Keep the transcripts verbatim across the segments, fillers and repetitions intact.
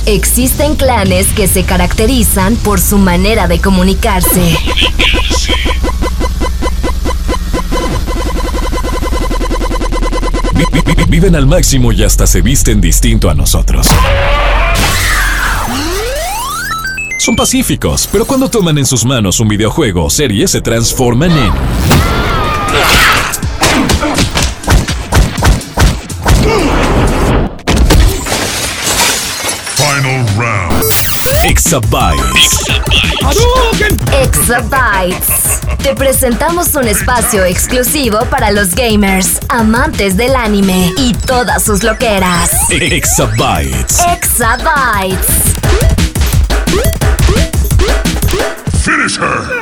Existen clanes que se caracterizan por su manera de comunicarse. Viven al máximo y hasta se visten distinto a nosotros. Son pacíficos, pero cuando toman en sus manos un videojuego o serie se transforman en... Final round. Exabytes. Exabytes. Te presentamos un espacio exclusivo para los gamers, amantes del anime y todas sus loqueras. Exabytes. Exabytes. Finish her.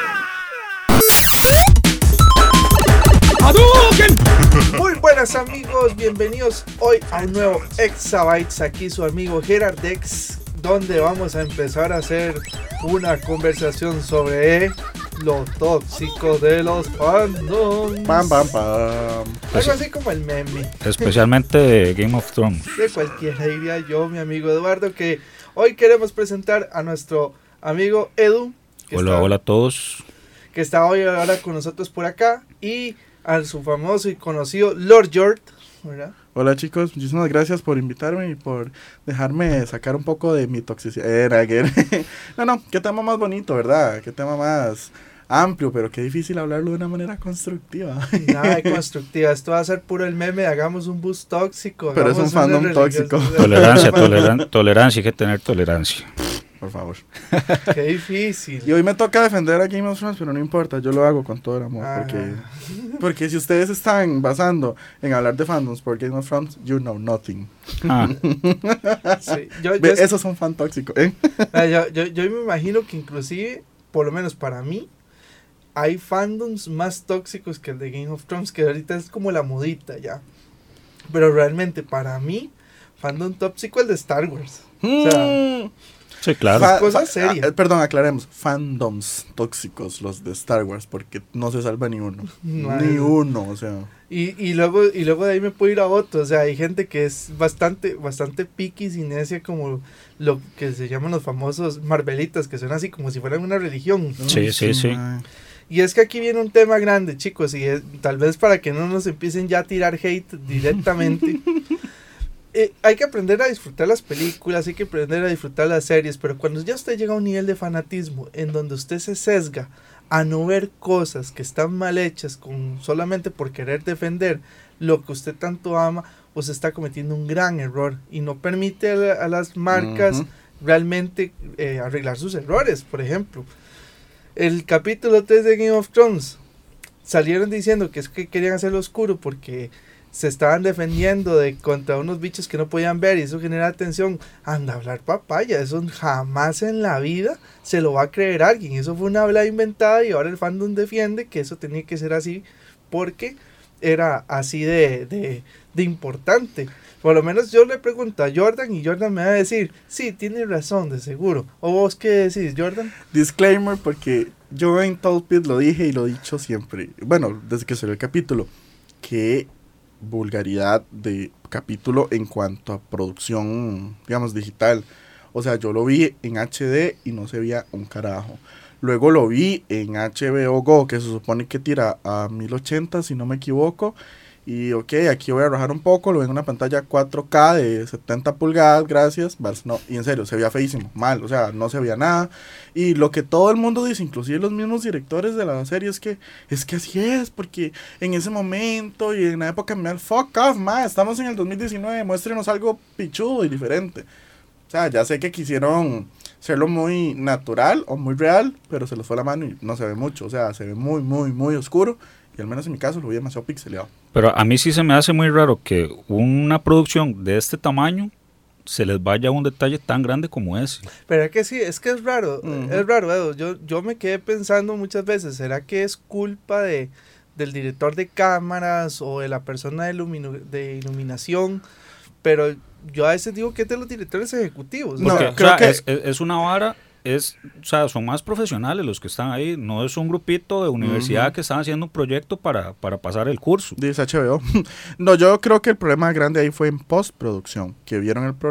Muy buenas amigos, bienvenidos hoy a un nuevo Exabytes. Aquí su amigo Gerard Dex, donde vamos a empezar a hacer una conversación sobre lo tóxico de los fandoms. Pam, pam, pam. Algo así como el meme. Especialmente de Game of Thrones. De cualquiera diría yo, mi amigo Eduardo, que hoy queremos presentar a nuestro amigo Edu. Hola, está, hola a todos. Que está hoy ahora con nosotros por acá. Y a su famoso y conocido Lord Jord, ¿verdad? Hola chicos, muchísimas gracias por invitarme y por dejarme sacar un poco de mi toxicidad. Eh, no, no, qué tema más bonito, ¿verdad? Qué tema más amplio, pero qué difícil hablarlo de una manera constructiva. Nada de constructiva, esto va a ser puro el meme, hagamos un bus tóxico. Pero es un fandom tóxico. Tolerancia, toleran- tolerancia, hay que tener tolerancia. Por favor. Qué difícil. Y hoy me toca defender a Game of Thrones, pero no importa, yo lo hago con todo el amor. Ajá. Porque, porque si ustedes están basando en hablar de fandoms por Game of Thrones, you know nothing. Ah, Sí, yo, yo, Ve, es- esos son fan tóxicos, ¿eh? ah, yo, yo, yo me imagino que inclusive, por lo menos para mí, hay fandoms más tóxicos que el de Game of Thrones, que ahorita es como la modita ya. Pero realmente para mí, fandom tóxico es el de Star Wars. O sea, sí, claro. Fa- cosa fa- seria. ah, perdón, aclaremos. Fandoms tóxicos, los de Star Wars, porque no se salva ni uno. No ni hay- uno, o sea. Y, y luego y luego de ahí me puedo ir a otro, o sea, hay gente que es bastante bastante piquis y necia, como lo que se llaman los famosos Marvelitas, que son así como si fueran una religión. Sí, sí, sí. mae. Y es que aquí viene un tema grande, chicos, y es, tal vez para que no nos empiecen ya a tirar hate directamente. eh, hay que aprender a disfrutar las películas, hay que aprender a disfrutar las series, pero cuando ya usted llega a un nivel de fanatismo en donde usted se sesga a no ver cosas que están mal hechas con, solamente por querer defender lo que usted tanto ama, usted está cometiendo un gran error y no permite a, la- a las marcas Ujú. realmente eh, arreglar sus errores. Por ejemplo, el capítulo tres de Game of Thrones salieron diciendo que es que querían hacerlo oscuro porque se estaban defendiendo de contra unos bichos que no podían ver y eso genera tensión. Anda a hablar papaya, eso jamás en la vida se lo va a creer alguien. Eso fue una habla inventada y ahora el fandom defiende que eso tenía que ser así porque era así de, de, de importante. Por lo menos yo le pregunto a Jordan y Jordan me va a decir, sí, tiene razón, de seguro. ¿O vos qué decís, Jordan? Disclaimer, porque yo en Talpit lo dije y lo he dicho siempre. Bueno, desde que salió el capítulo. Qué vulgaridad de capítulo en cuanto a producción, digamos, digital. O sea, yo lo vi en H D y no se veía un carajo. Luego lo vi en H B O Go, que se supone que tira a mil ochenta, si no me equivoco. Y ok, aquí voy a bajar un poco, lo veo en una pantalla cuatro K de setenta pulgadas, gracias. Vals, no, y en serio, se veía feísimo, mal, o sea, no se veía nada. Y lo que todo el mundo dice, inclusive los mismos directores de la serie, es que es que así es, porque en ese momento y en la época me da fuck off, ma, estamos en el dos mil diecinueve, muéstrenos algo pichudo y diferente. O sea, ya sé que quisieron hacerlo muy natural o muy real, pero se les fue la mano y no se ve mucho, o sea, se ve muy, muy, muy oscuro. Y al menos en mi caso lo vi demasiado pixeleado. Pero a mí sí se me hace muy raro que una producción de este tamaño se les vaya a un detalle tan grande como ese. Pero es que sí, es que es raro, Ujú. es raro, Edu. Yo, yo me quedé pensando muchas veces, ¿será que es culpa de, del director de cámaras o de la persona de, iluminu- de iluminación? Pero yo a veces digo que es de los directores ejecutivos. No, o Porque, sea, o creo sea, que- es, es- es una vara, es, o sea, son más profesionales los que están ahí, no es un grupito de universidad Ujú. que están haciendo un proyecto para, para pasar el curso. Dice H B O. No, yo creo que el problema grande ahí fue en postproducción, que vieron el problema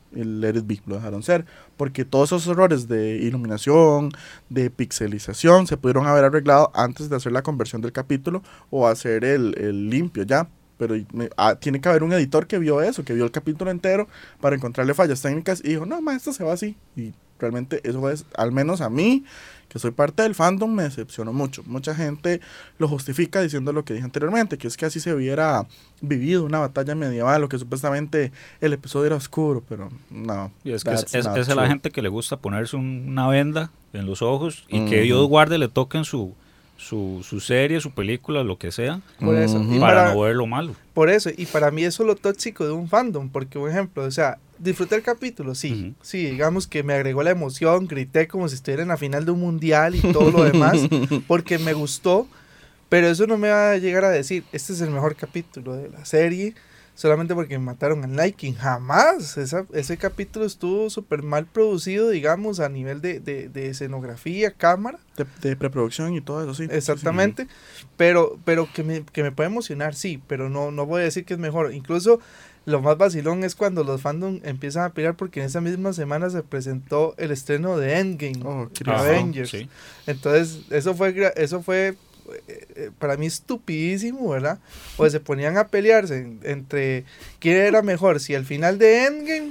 el Let It Be, lo dejaron ser, porque todos esos errores de iluminación, de pixelización, se pudieron haber arreglado antes de hacer la conversión del capítulo o hacer el, el limpio ya. Pero me, ah, tiene que haber un editor que vio eso, que vio el capítulo entero para encontrarle fallas técnicas y dijo, no, ma, esto se va así. Y realmente eso es, al menos a mí, que soy parte del fandom, me decepcionó mucho. Mucha gente lo justifica diciendo lo que dije anteriormente, que es que así se hubiera vivido una batalla medieval o que supuestamente el episodio era oscuro, pero no. Y es que es, es, es a la gente que le gusta ponerse un, una venda en los ojos y mm-hmm. que Dios guarde le toquen su... Su, su serie, su película, lo que sea, por eso, y para, para no ver lo malo. Por eso, y para mí eso es lo tóxico de un fandom, porque por ejemplo, o sea, disfruté el capítulo, sí, uh-huh. sí, digamos que me agregó la emoción, grité como si estuviera en la final de un mundial y todo lo demás, porque me gustó, pero eso no me va a llegar a decir, este es el mejor capítulo de la serie, solamente porque me mataron al Night King. Jamás. Esa, ese capítulo estuvo súper mal producido, digamos, a nivel de, de, de escenografía, cámara. De, de preproducción y todo eso, sí. Exactamente. Sí. Pero, pero que, me, que me puede emocionar, sí, pero no, no voy a decir que es mejor. Incluso lo más vacilón es cuando los fandom empiezan a pelear porque en esa misma semana se presentó el estreno de Endgame, oh, de Avengers. Sí. Entonces, eso fue, eso fue para mí estupidísimo, ¿verdad? O se ponían a pelearse en, entre quién era mejor, si el final de Endgame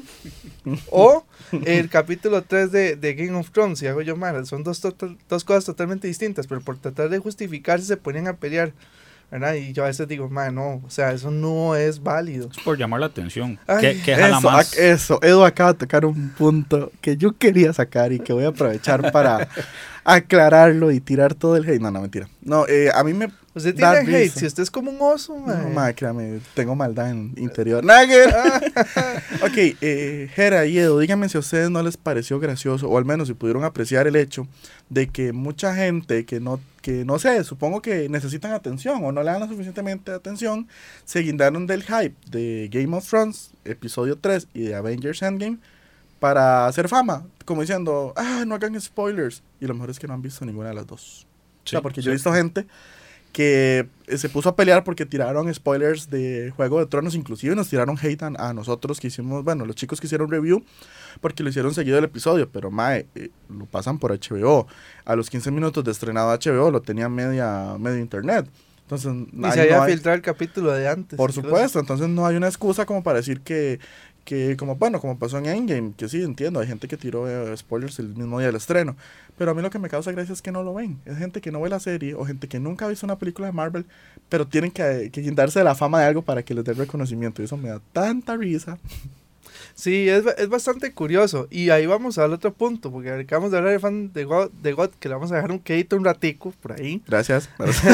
o el capítulo tres de, de Game of Thrones, si hago yo mal, son dos, to- dos cosas totalmente distintas, pero por tratar de justificarse se ponían a pelear, ¿verdad? Y yo a veces digo, man, no, o sea, eso no es válido. Es por llamar la atención. Ay, ¿Qué, qué eso, más? eso, Edu acaba de tocar un punto que yo quería sacar y que voy a aprovechar para aclararlo y tirar todo el hate. No, no, mentira. No, eh, a mí me... Usted tiene hate, risa. Si usted es como un oso, man. No, madre, créame, tengo maldad en interior. Nugget. Ok, eh, Jera y Edu, díganme si a ustedes no les pareció gracioso, o al menos si pudieron apreciar el hecho de que mucha gente que no, que no sé, supongo que necesitan atención o no le dan la suficientemente atención, se guindaron del hype de Game of Thrones, episodio tres, y de Avengers Endgame, para hacer fama, como diciendo, ah, no hagan spoilers. Y lo mejor es que no han visto ninguna de las dos. Sí, o sea, porque sí. Yo he visto gente que se puso a pelear porque tiraron spoilers de Juego de Tronos, inclusive nos tiraron hate a, a nosotros que hicimos, bueno, los chicos que hicieron review, porque lo hicieron seguido el episodio, pero mae, eh, lo pasan por H B O. A los quince minutos de estrenado H B O lo tenía media, medio internet. Entonces, y se había no filtrado el capítulo de antes. Por supuesto, entonces no hay una excusa como para decir que, que como bueno, como pasó en Endgame, que sí, entiendo, hay gente que tiró eh, spoilers el mismo día del estreno, pero a mí lo que me causa gracia es que no lo ven, es gente que no ve la serie, o gente que nunca ha visto una película de Marvel, pero tienen que, que guindarse de la fama de algo para que les dé reconocimiento, y eso me da tanta risa. Sí, es, es bastante curioso, y ahí vamos al otro punto, porque acabamos de hablar de fan de God, de God que le vamos a dejar un quedito un ratico por ahí. Gracias.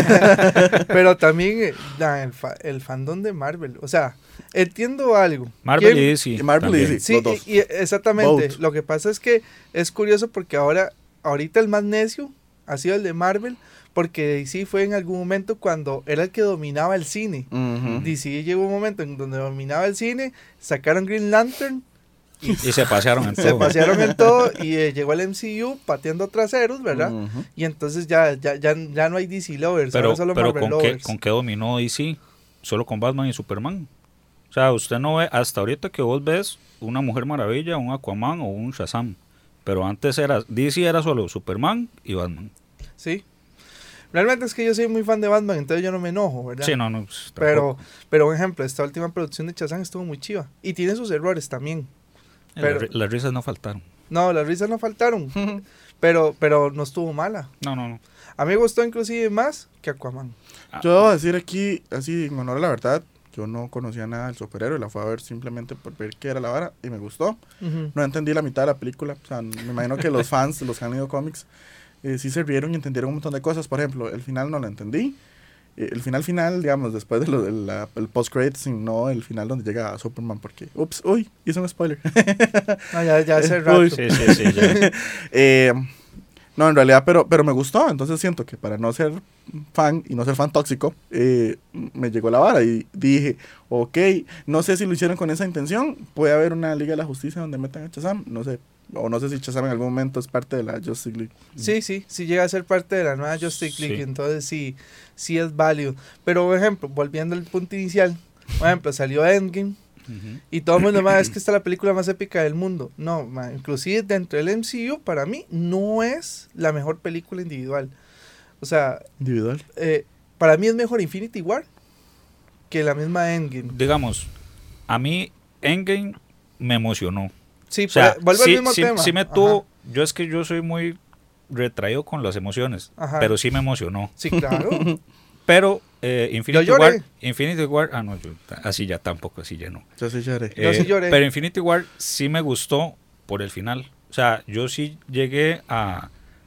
Pero también nah, el, fa, el fandom de Marvel, o sea, entiendo algo. Marvel y D C. Y Marvel y D C, sí, los dos. Y, y exactamente, Both. Lo que pasa es que es curioso porque ahora, ahorita el más necio ha sido el de Marvel, porque D C fue en algún momento cuando era el que dominaba el cine. Uh-huh. D C llegó un momento en donde dominaba el cine, sacaron Green Lantern y, y se pasearon en todo. Se pasearon en todo y eh, llegó el M C U pateando traseros, ¿verdad? Uh-huh. Y entonces ya, ya, ya, ya no hay D C lovers, pero, ahora solo pero Marvel ¿con lovers. Qué, ¿con qué dominó D C? Solo con Batman y Superman. O sea, usted no ve, hasta ahorita que vos ves una Mujer Maravilla, un Aquaman o un Shazam. Pero antes era, D C era solo Superman y Batman. Sí. Realmente es que yo soy muy fan de Batman, entonces yo no me enojo, ¿verdad? Sí, no, no. Pues, pero, pero, por ejemplo, esta última producción de Shazam estuvo muy chiva. Y tiene sus errores también. Pero, la, las risas no faltaron. No, las risas no faltaron. pero, pero no estuvo mala. No, no, no. A mí me gustó inclusive más que Aquaman. Ah. Yo debo decir aquí, así en honor a la verdad, yo no conocía nada del superhéroe, la fui a ver simplemente por ver qué era la vara y me gustó. Uh-huh. No entendí la mitad de la película, o sea, me imagino que los fans, los que han leído cómics, eh, sí se rieron y entendieron un montón de cosas. Por ejemplo, el final no lo entendí. Eh, el final final, digamos, después del de de el post-credits, no el final donde llega Superman, porque, ups, uy, hice un spoiler. No, ya, ya hace rato. Sí, sí, sí, ya. eh, no, en realidad, pero, pero me gustó, entonces siento que para no ser fan y no ser fan tóxico, eh, me llegó la vara y dije, ok, no sé si lo hicieron con esa intención, puede haber una Liga de la Justicia donde metan a Shazam, no sé, o no sé si Shazam en algún momento es parte de la Justice League. Sí, sí, sí llega a ser parte de la nueva Justice League, sí. Entonces sí, sí es válido. Pero, por ejemplo, volviendo al punto inicial, por ejemplo, salió Endgame, Ujú. Y todo el mundo, ma, es que esta es la película más épica del mundo. No, ma, inclusive dentro del M C U, para mí, no es la mejor película individual. O sea, Individual. eh, para mí es mejor Infinity War que la misma Endgame. Digamos, a mí Endgame me emocionó. Sí, O sea, pues, vuelve sí, al mismo sí- tema. sí me Ajá. tuvo, yo es que yo soy muy retraído con las emociones, Ajá. pero sí me emocionó. Sí, claro. Pero eh, Infinity Yo lloré. War, Infinity War, ah no, yo, así ya tampoco, así ya no. Ya se lloré. Yo sí lloré. Pero Infinity War sí me gustó por el final. O sea, yo sí llegué a,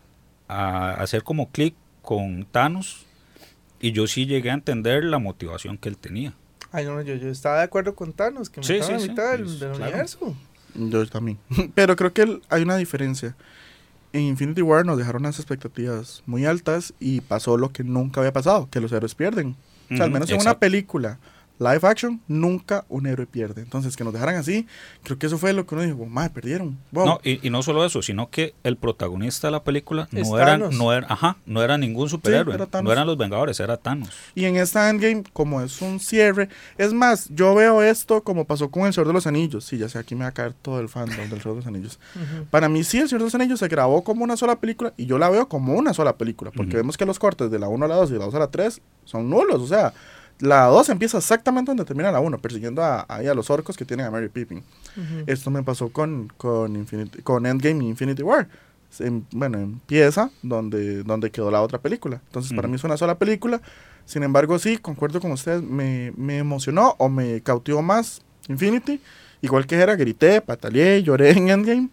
a hacer como clic con Thanos y yo sí llegué a entender la motivación que él tenía. Ay, no, yo, yo estaba de acuerdo con Thanos, que me Sí, estaba sí, en sí, mitad del, pues, del claro. universo. Yo también. Pero creo que el- hay una diferencia. En Infinity War nos dejaron unas expectativas muy altas y pasó lo que nunca había pasado, que los héroes pierden. O sea, al Ujú, menos en una exacto. película live action, nunca un héroe pierde. Entonces, que nos dejaran así, creo que eso fue lo que uno dijo, madre, perdieron. Wow. No, y, y no solo eso, sino que el protagonista de la película Es no era, Thanos. no era, ajá, no era ningún superhéroe, era Thanos. no eran los Vengadores, era Thanos. Y en esta Endgame, como es un cierre, es más, yo veo esto como pasó con El Señor de los Anillos. Sí, ya sé, aquí me va a caer todo el fandom del Señor de los Anillos. Ujú. Para mí sí, El Señor de los Anillos se grabó como una sola película y yo la veo como una sola película, porque Ujú. vemos que los cortes de la uno a la dos y de la dos a la tres son nulos, o sea, la dos empieza exactamente donde termina la uno, persiguiendo a, ahí a los orcos que tienen a Merry Pippin. Ujú. Esto me pasó con, con, Infinity, con Endgame y Infinity War. Em- bueno, empieza donde, donde quedó la otra película. Entonces, para Ujú. mí es una sola película. Sin embargo, sí, concuerdo con ustedes, me, me emocionó o me cautivó más Infinity. Igual que era, grité, pataleé, lloré en Endgame.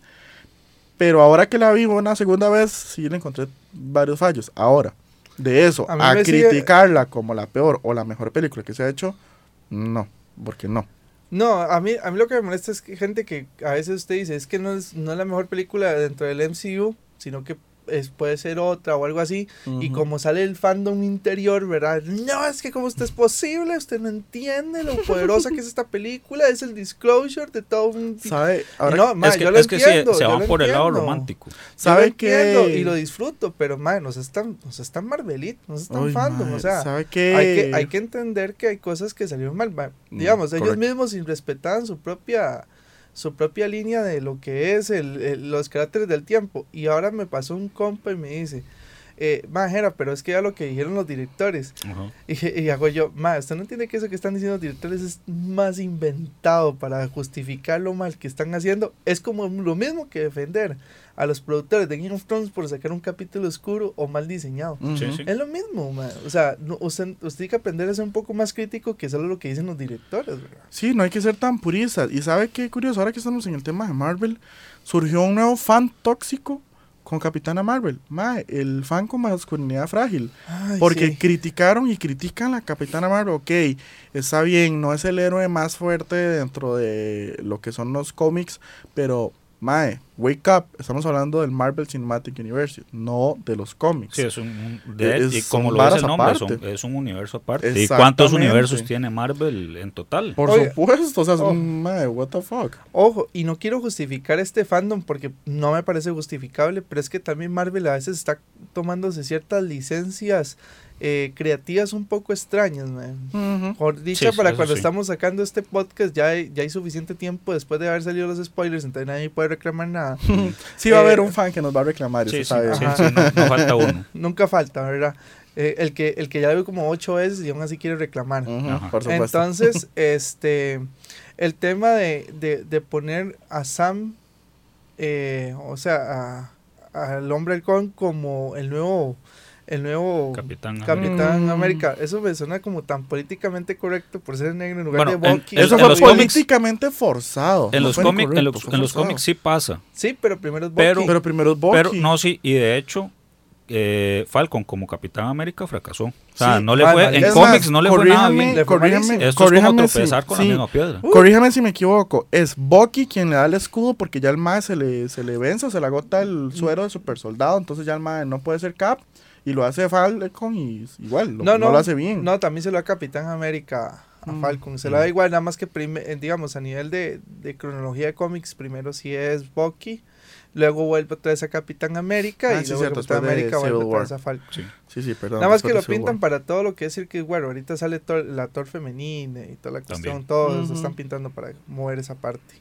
Pero ahora que la vi una segunda vez, sí le encontré varios fallos. Ahora, de eso, A mí a, me sigue- criticarla como la peor o la mejor película que se ha hecho, no, porque no. No, a mí, a mí lo que me molesta es que gente que a veces usted dice, es que no es, no es la mejor película dentro del M C U, sino que es, puede ser otra o algo así, y Ujú. como sale el fandom interior, ¿verdad? No, es que como usted es posible, usted no entiende lo poderosa que es esta película, es el disclosure de todo un... ¿Sabe? Ahora, no, ma, es que, yo lo es que sí, entiendo, se yo van lo por el lado entiendo. romántico. Yo lo ¿sabe entiendo que y lo disfruto, pero man, nos están, nos están Marvelitos, nos están Uy, fandom, mae, o sea, ¿sabe qué? hay que, hay que entender que hay cosas que salieron mal. ma- Mm, Digamos, ellos correcto. mismos irrespetaban su propia, su propia línea de lo que es el, el- los caracteres del tiempo. Y ahora me pasó un compa y me dice, eh, ma, Jera, pero es que ya lo que dijeron los directores. Ajá. Y, y hago yo, ma, usted no entiende que eso que están diciendo los directores es más inventado para justificar lo mal que están haciendo. Es como lo mismo que defender a los productores de Game of Thrones por sacar un capítulo oscuro o mal diseñado. Ujú. Sí, sí. Es lo mismo, ma. O sea, no- usted, usted tiene que aprender a ser un poco más crítico que solo lo que dicen los directores, ¿verdad? Sí, no hay que ser tan puristas. Y sabe qué curioso, ahora que estamos en el tema de Marvel, surgió un nuevo fan tóxico con Capitana Marvel. Mae, el fan con masculinidad frágil. Ay, Porque sí. criticaron y critican a la Capitana Marvel. Ok, está bien, no es el héroe más fuerte dentro de lo que son los cómics, pero, mae, wake up. Estamos hablando del Marvel Cinematic Universe, no de los cómics. Sí, es un, un- de- Es- y como son lo dice varas el nombre, son- aparte. es un universo aparte. ¿Y cuántos Exactamente. universos tiene Marvel en total? Por Oye, supuesto, o sea, es oh. un, mae, what the fuck. Ojo, y no quiero justificar este fandom porque no me parece justificable, pero es que también Marvel a veces está tomándose ciertas licencias eh, creativas un poco extrañas, man. Ujú. Por dicha, Sí, para eso cuando sí. estamos sacando este podcast ya hay, ya hay suficiente tiempo después de haber salido los spoilers, entonces nadie puede reclamar nada. Sí va a Eh, haber un fan que nos va a reclamar, Sí, eso sí, está sí, bien. Ajá. sí, no, no falta uno. Nunca falta, ¿verdad? Eh, el, que, el que ya lo vio como ocho veces y aún así quiere reclamar. Ujú, Ajá. por supuesto. Entonces, este, el tema de, de, de poner a Sam, eh, o sea, a- al hombre halcón como el nuevo, el nuevo Capitán. Capitán Mm. América, eso me suena como tan políticamente correcto por ser negro en lugar Bueno, de en- Bucky. Eso en fue los cómics- políticamente forzado. En no los fue ni cómics, en correcto, los, fue en los forzado. cómics sí pasa. Sí, pero primero es Bucky. Pero- Pero primero es Bucky. Pero no, sí, y de hecho, eh, Falcon como Capitán América fracasó. O sea, Sí, no le mal, fue, mal. en Es cómics más, no le fue nada bien. Le fue corríjame, malísimo. Esto es como corríjame si- tropezar con sí, la misma piedra. Uh. Corríjame si me equivoco. Es Bucky quien le da el escudo porque ya el mae se le, se le vence, se le agota el suero de super soldado. Entonces ya el mae no puede ser Cap y lo hace Falcon y igual, lo- no, no, no, lo hace bien. No, también se lo da Capitán América a Mm. Falcon. Se lo da igual, nada más que, prime- eh, digamos, a nivel de, de cronología de cómics, primero sí es Bucky, luego vuelve otra vez a Capitán América Ah, y sí, luego cierto, Capitán después de América vuelve Civil otra War. vez a Falcon. Sí. Sí, sí, perdón. Nada más que después lo de Civil pintan War. para todo lo que es Circuit War. Ahorita sale Thor- la Thor femenina y toda la cuestión. También. Todos Ujú. están pintando para mover esa parte.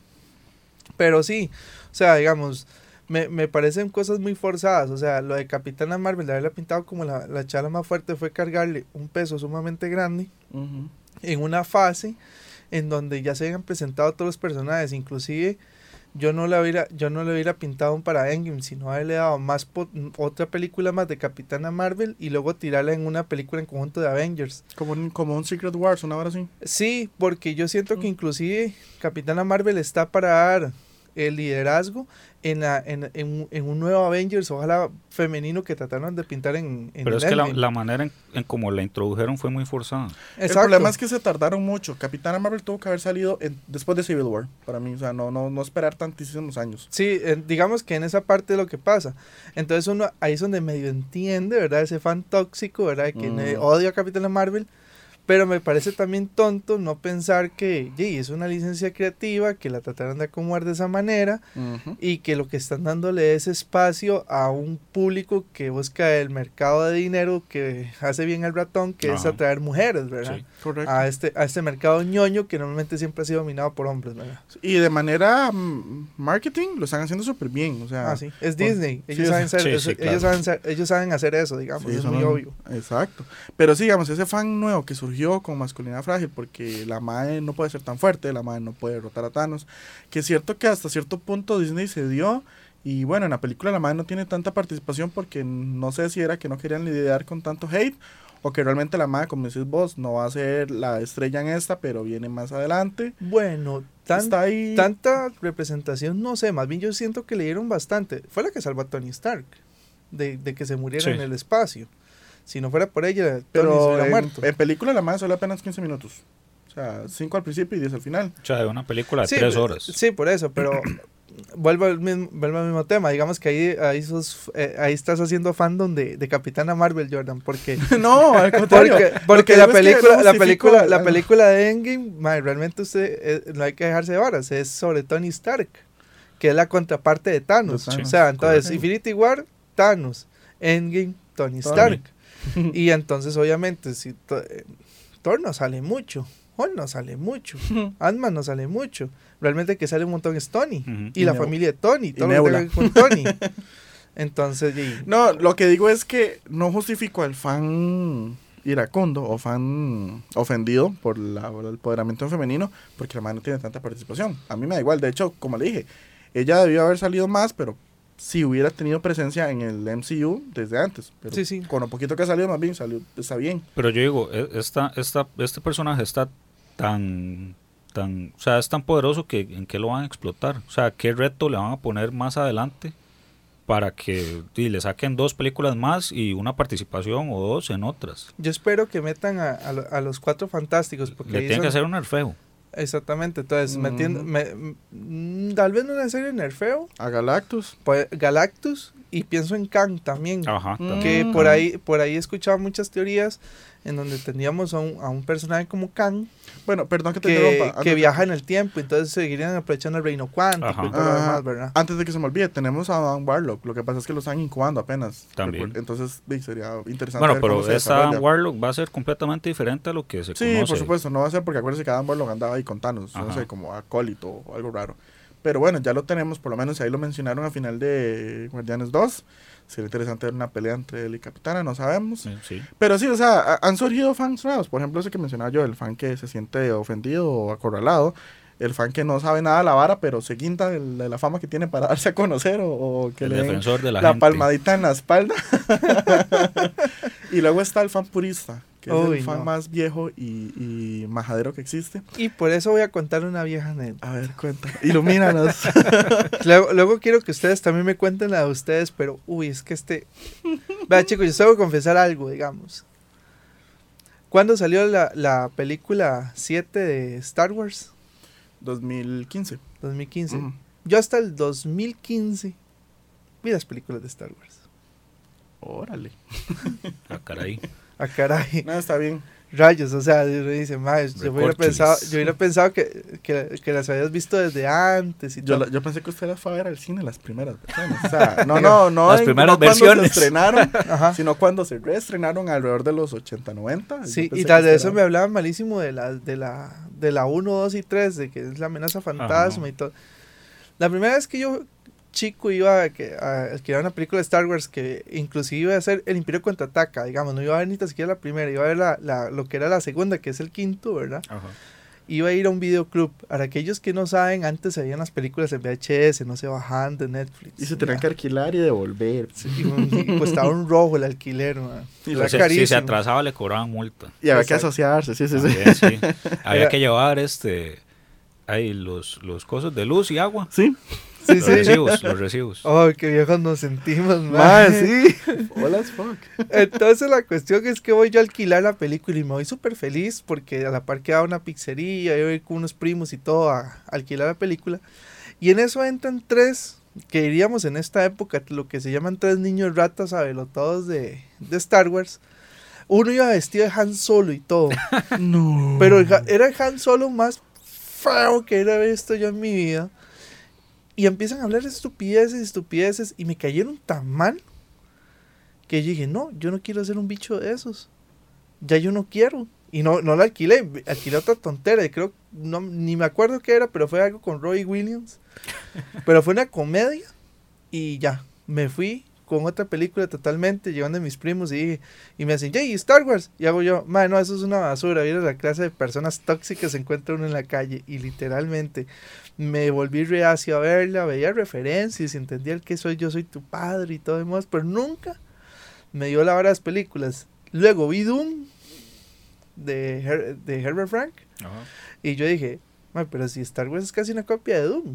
Pero sí, o sea, digamos, me, me parecen cosas muy forzadas. O sea, lo de Capitana Marvel, de haberla pintado como la, la chala más fuerte, fue cargarle un peso sumamente grande Ujú. en una fase en donde ya se habían presentado todos los personajes. Inclusive, yo no le hubiera, yo no le hubiera pintado un para Endgame, sino haberle dado más po- otra película más de Capitana Marvel y luego tirarla en una película en conjunto de Avengers. Como, un, como un Secret Wars, una hora así. Sí, porque yo siento que inclusive Capitana Marvel está para dar el liderazgo en, la, en, en, en un nuevo Avengers, ojalá femenino, que trataron de pintar en, en Pero el es que la, Endgame. la manera en, en como la introdujeron fue muy forzada. El Exacto. problema es que se tardaron mucho. Capitana Marvel tuvo que haber salido en- después de Civil War, para mí. O sea, no, no, no esperar tantísimos años. Sí, eh, digamos que en esa parte es lo que pasa. Entonces uno ahí es donde medio entiende, ¿verdad? Ese fan tóxico, ¿verdad? Que Mm. eh, odia a Capitana Marvel. Pero me parece también tonto no pensar que yey, es una licencia creativa, que la trataron de acomodar de esa manera Ujú. y que lo que están dándole es espacio a un público que busca el mercado de dinero que hace bien al ratón, que es Ajá. atraer mujeres, ¿verdad? Sí. Correcto. A este, a este mercado ñoño que normalmente siempre ha sido dominado por hombres, ¿verdad? Y de manera mm, marketing lo están haciendo súper bien. O sea, Ah, sí. Es por- Disney. sí, Ellos, o saben sea, ser- sí, eso- sí, claro. ellos, saben ser- ellos saben hacer eso, digamos. sí, es son muy un- obvio. Exacto. Pero sí, digamos, ese fan nuevo que surgió con masculinidad frágil, porque la madre no puede ser tan fuerte, la madre no puede derrotar a Thanos. Que es cierto que hasta cierto punto Disney se dio. Y bueno, en la película la madre no tiene tanta participación porque no sé si era que no querían lidiar con tanto hate o que realmente la madre, como decís vos, no va a ser la estrella en esta, pero viene más adelante. Bueno, tan- Está ahí. tanta representación, no sé, más bien yo siento que le dieron bastante. Fue la que salvó a Tony Stark de, de que se muriera Sí. en el espacio. Si no fuera por ella, Tony se Pero hubiera en, muerto. en película la madre solo apenas quince minutos. O sea, cinco al principio y diez al final. O sea, de una película de Sí, tres horas. Sí, por eso, pero vuelvo al mismo, vuelvo al mismo tema. Digamos que ahí, ahí, sos, eh, ahí estás haciendo fandom de, de Capitana Marvel, Jordan, porque... No, al contrario. Porque, Lo porque que la digo es que película, no la justifico película, la algo. película de Endgame, mae, realmente usted eh, no hay que dejarse de varas, es sobre Tony Stark, que es la contraparte de Thanos. De Thanos, O sea, entonces correcto. Infinity War, Thanos, Endgame, Tony Tony. Stark. Y entonces obviamente si to- eh, Thor no sale mucho, Hulk no sale mucho, Ant-Man no sale mucho. Realmente el que sale un montón es Tony Ujú. y, Y la Neb- familia de Tony, todo lo que Nebula. tenga que ver con Tony. Entonces, y- No, lo que digo es que no justifico al fan iracundo o fan ofendido por, la, por el empoderamiento femenino porque la madre no tiene tanta participación. A mí me da igual. De hecho, como le dije, ella debió haber salido más, pero si hubiera tenido presencia en el M C U desde antes. Pero Sí, sí. con lo poquito que ha salido, más bien, salió, está bien. Pero yo digo, e- esta, esta, este personaje está tan, tan, o sea, es tan poderoso que en qué lo van a explotar. O sea, qué reto le van a poner más adelante para que y le saquen dos películas más y una participación o dos en otras. yo espero que metan a, a lo- a los cuatro fantásticos porque Le ahí tienen son- que hacer un nerfeo. Exactamente, entonces Ujú. metiendo, me- mm, tal vez no necesario nerfeo, A Galactus. pues, Galactus y pienso en Kang también, Ajá. Mm. también. que Mm. por ahí por ahí he escuchado muchas teorías en donde tendríamos a un, a un personaje como Kang Bueno, perdón que te que, interrumpa. que Antes de- viaja en el tiempo, entonces seguirían aprovechando el reino cuántico Ajá. y todo lo Ah, demás, ¿verdad? Antes de que se me olvide, tenemos a Adam Warlock. Lo que pasa es que lo están incubando apenas. También. Entonces, sí, sería interesante. Bueno, ver cómo pero se esta desarrolla. Warlock va a ser completamente diferente a lo que se Sí, conoce. por supuesto, no va a ser porque acuérdense que Adam Warlock andaba ahí con Thanos, no Ajá. sé, como acólito o algo raro. Pero bueno, ya lo tenemos, por lo menos ahí lo mencionaron a final de Guardianes dos. Sería interesante ver una pelea entre él y Capitana, no sabemos. Sí, sí. Pero sí, o sea, ha- han surgido fans nuevos. Por ejemplo, ese que mencionaba yo, el fan que se siente ofendido o acorralado. El fan que no sabe nada de la vara, pero se quinta del- de la fama que tiene para darse a conocer o, o que El le den defensor de la, la, gente. palmadita en la espalda. Y luego está el fan purista, que es Uy, el fan no. más viejo y, y majadero que existe. Y por eso voy a contar una vieja anécdota. A ver, cuenta. Ilumínanos. Luego, luego quiero que ustedes también me cuenten la de ustedes, pero uy, es que este... Vea chicos, yo tengo que confesar algo, digamos. ¿Cuándo salió la, la película siete de Star Wars? dos mil quince. dos mil quince. Ujú. Yo hasta el dos mil quince vi las películas de Star Wars. Órale. Ah, caray. Ah, caray. No, está bien. Rayos, o sea, uno dice, mae, yo hubiera Recorcholis. pensado, yo hubiera pensado que, que, que las habías visto desde antes y Yo, todo. la- yo pensé que usted las fue a ver al cine, las primeras versiones. O sea, no, no, no. Las en- primeras no cuando versiones. se estrenaron, Ajá. sino cuando se reestrenaron alrededor de los ochenta, noventa. Sí, Yo y pensé tras que de usted eso me era- hablaban malísimo de la, de la, de la uno, dos y tres, de que es la amenaza fantasma Ajá. y todo. La primera vez que yo, chico, iba a, que, a alquilar una película de Star Wars que inclusive iba a ser El Imperio Contraataca, digamos, no iba a ver ni tan siquiera la primera, iba a ver la, la, lo que era la segunda, que es el quinto, ¿verdad? Ajá. Iba a ir a un videoclub. Para aquellos que no saben, antes se veían las películas en V H S, no se bajaban de Netflix. Y se tenían que ¿verdad? alquilar y devolver. Sí, y, un- y costaba un rojo el alquiler, man. Y Era O sea, si carísimo. se atrasaba le cobraban multa. Y había que Exacto. asociarse, sí, sí, sí. También, sí. Había Era- que llevar este ahí los, los cosas de luz y agua. Sí. Sí, Los sí. recibos, los recibos. Oh, qué viejos nos sentimos, man. Más, sí. Hola, as fuck. Entonces la cuestión es que voy yo a alquilar la película y me voy súper feliz porque a la par quedaba una pizzería, yo voy con unos primos y todo a alquilar la película. Y en eso entran tres, que diríamos en esta época, lo que se llaman tres niños ratas abelotados de, de Star Wars. Uno iba vestido de Han Solo y todo. No. Pero el Ja- era el Han Solo más feo que era visto yo en mi vida. Y empiezan a hablar de estupideces y estupideces. Y me cayeron tan mal que yo dije, no, yo no quiero ser un bicho de esos. Ya yo no quiero. Y no, no la alquilé, alquilé otra tontera. Y creo, no, ni me acuerdo qué era, pero fue algo con Roy Williams. Pero fue una comedia. Y ya, me fui con otra película totalmente, llevando a mis primos y, dije- y me hacen, Jay, Star Wars. Y hago yo, man, no, eso es una basura. Mira la clase de personas tóxicas que se encuentra uno en la calle. Y literalmente me volví reacio a verla, veía referencias, entendía el que soy, yo soy tu padre y todo demás, pero nunca me dio la hora de las películas. Luego vi Doom de, Her- de Herbert Frank Ajá. y yo dije, "Man, pero si Star Wars es casi una copia de Doom".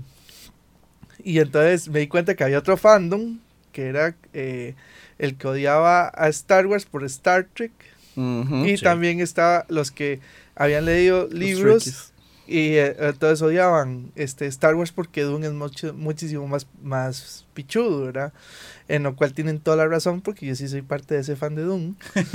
Y entonces me di cuenta que había otro fandom que era eh, el que odiaba a Star Wars por Star Trek. Ujú. Y sí. también está los que habían leído Los libros Trekkies. y eh, entonces odiaban este Star Wars porque Dune es mucho, muchísimo más, más pichudo, ¿verdad? En lo cual tienen toda la razón porque yo sí soy parte de ese fan de Dune.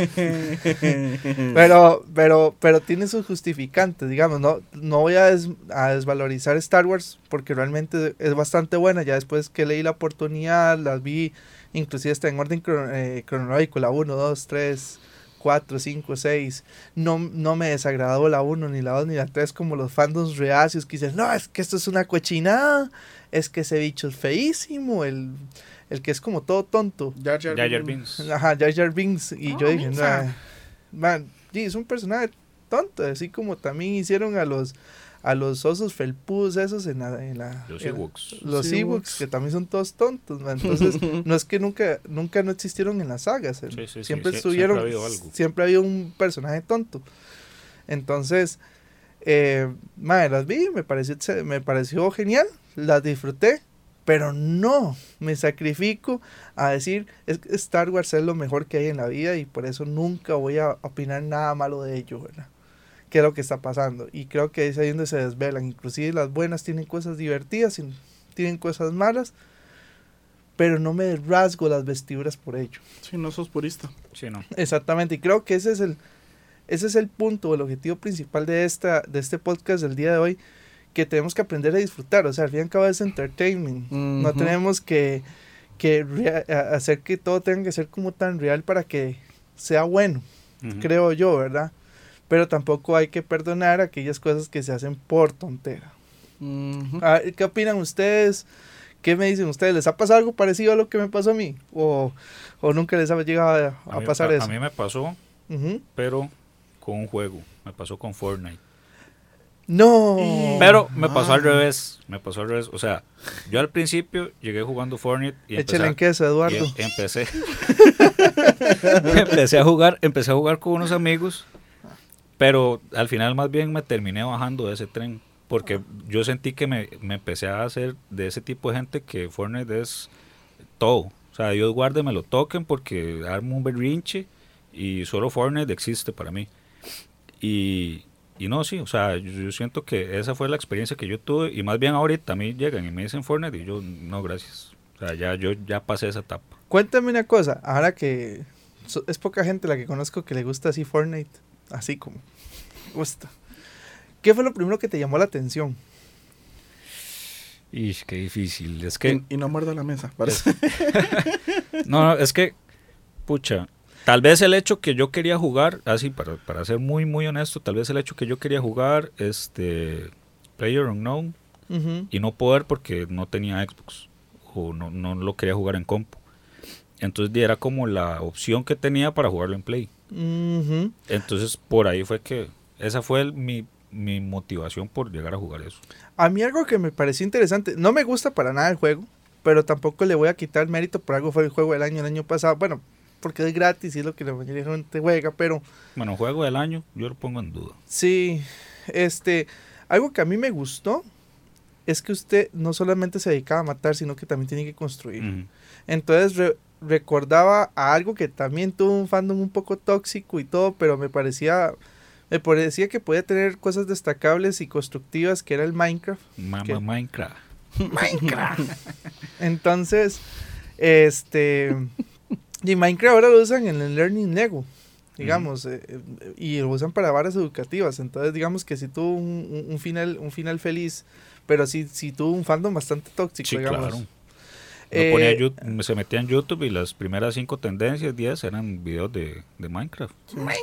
Pero, pero, pero tiene sus justificantes, digamos, no, no voy a, des- a desvalorizar Star Wars porque realmente es bastante buena. Ya después que leí la oportunidad, las vi, inclusive está en orden cron- eh, cronológico, la uno, dos, tres, cuatro, cinco, seis. No, no me desagradó la uno, ni la dos, ni la tres como los fandoms reacios que dicen, no, es que esto es una cochinada, es que ese bicho es feísimo, el, el que es como todo tonto. Jar Jar Jar Jar Binks. Binks. Ajá, Jar Jar Binks. Y Oh, yo dije, Binks. no, man, sí, es un personaje tonto, así como también hicieron a los a los osos felpudos esos en la... En la Los en- Ewoks. Los Los Ewoks, Ewoks. que también son todos tontos, man. Entonces, no es que nunca nunca no existieron en las sagas. eh, Sí, sí, sí, siempre sí, estuvieron... siempre ha habido algo. Siempre ha habido un personaje tonto. Entonces, eh, madre, las vi, me pareció, me pareció genial, las disfruté, pero no me sacrifico a decir es que Star Wars es lo mejor que hay en la vida y por eso nunca voy a opinar nada malo de ello, ¿verdad? ¿Qué es lo que está pasando? Y creo que es ahí donde se desvelan. Inclusive las buenas tienen cosas divertidas y tienen cosas malas, pero no me rasgo las vestiduras por ello. Sí, no sos purista. Sí, no. Exactamente, y creo que ese es el ese es el punto, el objetivo principal de esta de este podcast del día de hoy, que tenemos que aprender a disfrutar, o sea, al fin y al cabo es entertainment. No Ujú. tenemos que que rea- a- hacer que todo tenga que ser como tan real para que sea bueno, Ujú. creo yo, ¿verdad? Pero tampoco hay que perdonar aquellas cosas que se hacen por tontera. Ujú. A ver, ¿qué opinan ustedes? ¿Qué me dicen ustedes? ¿Les ha pasado algo parecido a lo que me pasó a mí? ¿O, o nunca les ha llegado a, a A mí- pasar a- eso? A mí me pasó, Ujú. pero con un juego. Me pasó con Fortnite. No. Pero me pasó al Ah. revés. Me pasó al revés. O sea, yo al principio llegué jugando Fortnite y Échale en empecé, queso, Eduardo. y em- empecé, empecé a jugar, empecé a jugar con unos amigos, pero al final más bien me terminé bajando de ese tren. Porque yo sentí que me, me empecé a hacer de ese tipo de gente que Fortnite es todo. O sea, Dios guarde, me lo toquen porque armo un berrinche y solo Fortnite existe para mí. Y, y no, sí, o sea, yo, yo siento que esa fue la experiencia que yo tuve y más bien ahorita a mí llegan y me dicen Fortnite y yo, no, gracias. O sea, ya yo ya pasé esa etapa. Cuéntame una cosa, ahora que, so- es poca gente la que conozco que le gusta así Fortnite, así como gusta. ¿Qué fue lo primero que te llamó la atención? Ish, qué difícil. Es que, Y, y no muerda la mesa, parece. no, no, es que, pucha, tal vez el hecho que yo quería jugar, así para, para ser muy, muy honesto, tal vez el hecho que yo quería jugar, este, PlayerUnknown, Ujú. y no poder porque no tenía Xbox, o no, no lo quería jugar en compu. Entonces era como la opción que tenía para jugarlo en Play. Ujú. Entonces por ahí fue que, esa fue el- mi, mi motivación por llegar a jugar eso. A mí algo que me pareció interesante, no me gusta para nada el juego, pero tampoco le voy a quitar mérito por algo fue el juego del año el año pasado. Bueno, porque es gratis y es lo que la mayoría de la gente juega, pero Bueno, juego del año, yo lo pongo en duda. sí, este, algo que a mí me gustó es que usted no solamente se dedicaba a matar, sino que también tiene que construir. Ujú. Entonces re- recordaba a algo que también tuvo un fandom un poco tóxico y todo, pero me parecía, me parecía que podía tener cosas destacables y constructivas, que era el Minecraft. Ma- ¿Qué? ma- Minecraft. Entonces, este, y Minecraft ahora lo usan en el Learning Lego, digamos, eh, eh, y lo usan para varas educativas. Entonces, digamos que sí tuvo un, un- un final, un final feliz, pero sí, sí tuvo un fandom bastante tóxico, Sí, digamos. claro. Eh, Me ponía Yu- se metía en YouTube y las primeras cinco tendencias, diez eran videos de, de Minecraft.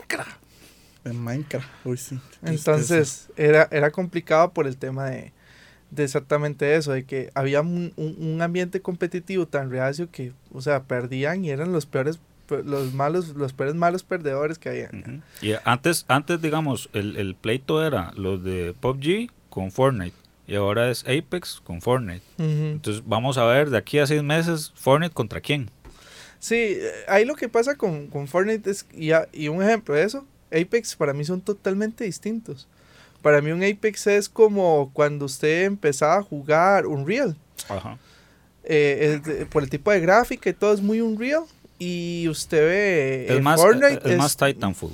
En Minecraft. Uy, sí. Entonces era, era complicado por el tema de, de exactamente eso, de que había un, un- un ambiente competitivo tan reacio que, o sea, perdían y eran los peores, pe- los malos, los peores malos perdedores que había. Ujú. Y antes, antes digamos, el, el pleito era los de P U B G con Fortnite. Y ahora es Apex con Fortnite. Ujú. Entonces vamos a ver de aquí a seis meses Fortnite contra quién. Sí, eh, ahí lo que pasa con, con Fortnite es, y, a- y un ejemplo de eso, Apex para mí son totalmente distintos. Para mí un Apex es como cuando usted empezaba a jugar Unreal. Ajá. Eh, es de- por el tipo de gráfica y todo es muy Unreal. Y usted ve Es eh, más, Fortnite es, es más Titanfall.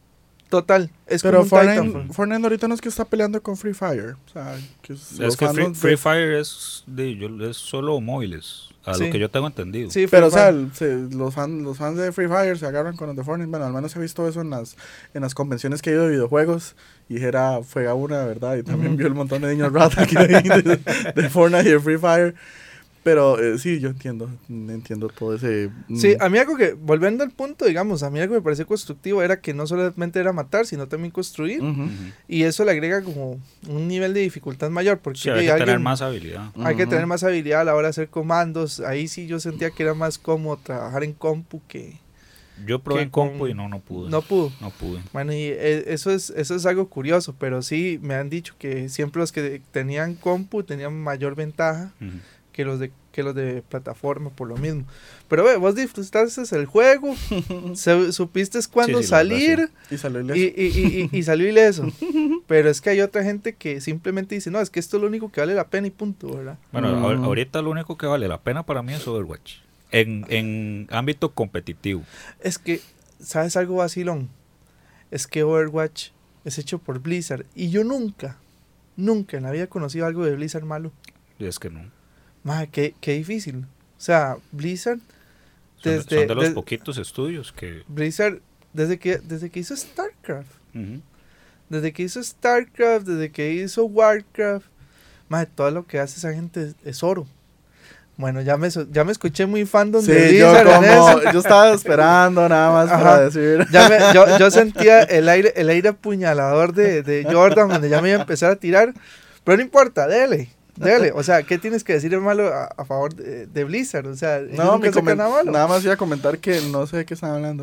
total, es Pero como un Fortnite, Titanfall. Fortnite ahorita no es que está peleando con Free Fire. O sea, que es, Es los que Free, fandoms de- Free Fire es, de, yo- es solo móviles, a Sí. lo que yo tengo entendido. Sí, Pero, o Free sea, Fire. el- se- los, fan- los fans de Free Fire se agarran con los de Fortnite. Bueno, al menos he visto eso en las, en las convenciones que he ido de videojuegos. Y era, fue a una, ¿verdad? Y también Ujú. vio el montón de niños rata aquí de, de Fortnite y de Free Fire. Pero eh, sí, yo entiendo, entiendo todo ese... mm, Sí, a mí algo que, volviendo al punto, digamos, a mí algo que me pareció constructivo era que no solamente era matar, sino también construir. ujú. Ujú. Y eso le agrega como un nivel de dificultad mayor, porque Sí, hay hay que tener alguien- más habilidad. hay que Ujú. tener más habilidad a la hora de hacer comandos. Ahí sí yo sentía que era más cómodo trabajar en compu que Yo probé que en compu con- y no, no pude. no pudo. No pude. Bueno, y eh, eso es, eso es algo curioso, pero sí me han dicho que siempre los que tenían compu tenían mayor ventaja Ujú. que los de que los de plataforma por lo mismo. Pero ve, vos disfrutaste el juego, se- supiste cuándo Sí, sí, la verdad, salir Y salió y, y, y, y- y salió ileso. Pero es que hay otra gente que simplemente dice, no, es que esto es lo único que vale la pena y punto, ¿verdad? Bueno, Mm. ahor- ahorita lo único que vale la pena para mí es Overwatch. En, en ámbito competitivo. Es que, ¿sabes algo vacilón? Es que Overwatch es hecho por Blizzard y yo nunca, nunca en la vida he conocido algo de Blizzard malo. Y es que no. Madre, qué, qué difícil. O sea, Blizzard, Son, de- Desde- son de los des- poquitos estudios que... Blizzard, desde que, desde que hizo StarCraft, Ujú. desde que hizo StarCraft, desde que hizo Warcraft, madre, todo lo que hace esa gente es, es oro. Bueno, ya me, so- ya me escuché muy fandom Sí, de yo, Blizzard en eso. como, yo estaba esperando nada más Ajá. para decir... Ya me- yo, yo sentía el aire, el aire apuñalador de, de Jordan, donde ya me iba a empezar a tirar. Pero no importa, dele, dele. O sea, ¿qué tienes que decir de malo a, a favor de, de Blizzard? O sea, ellos No, nunca mi sacan comen- nada malo. nada más iba a comentar que no sé de qué están hablando.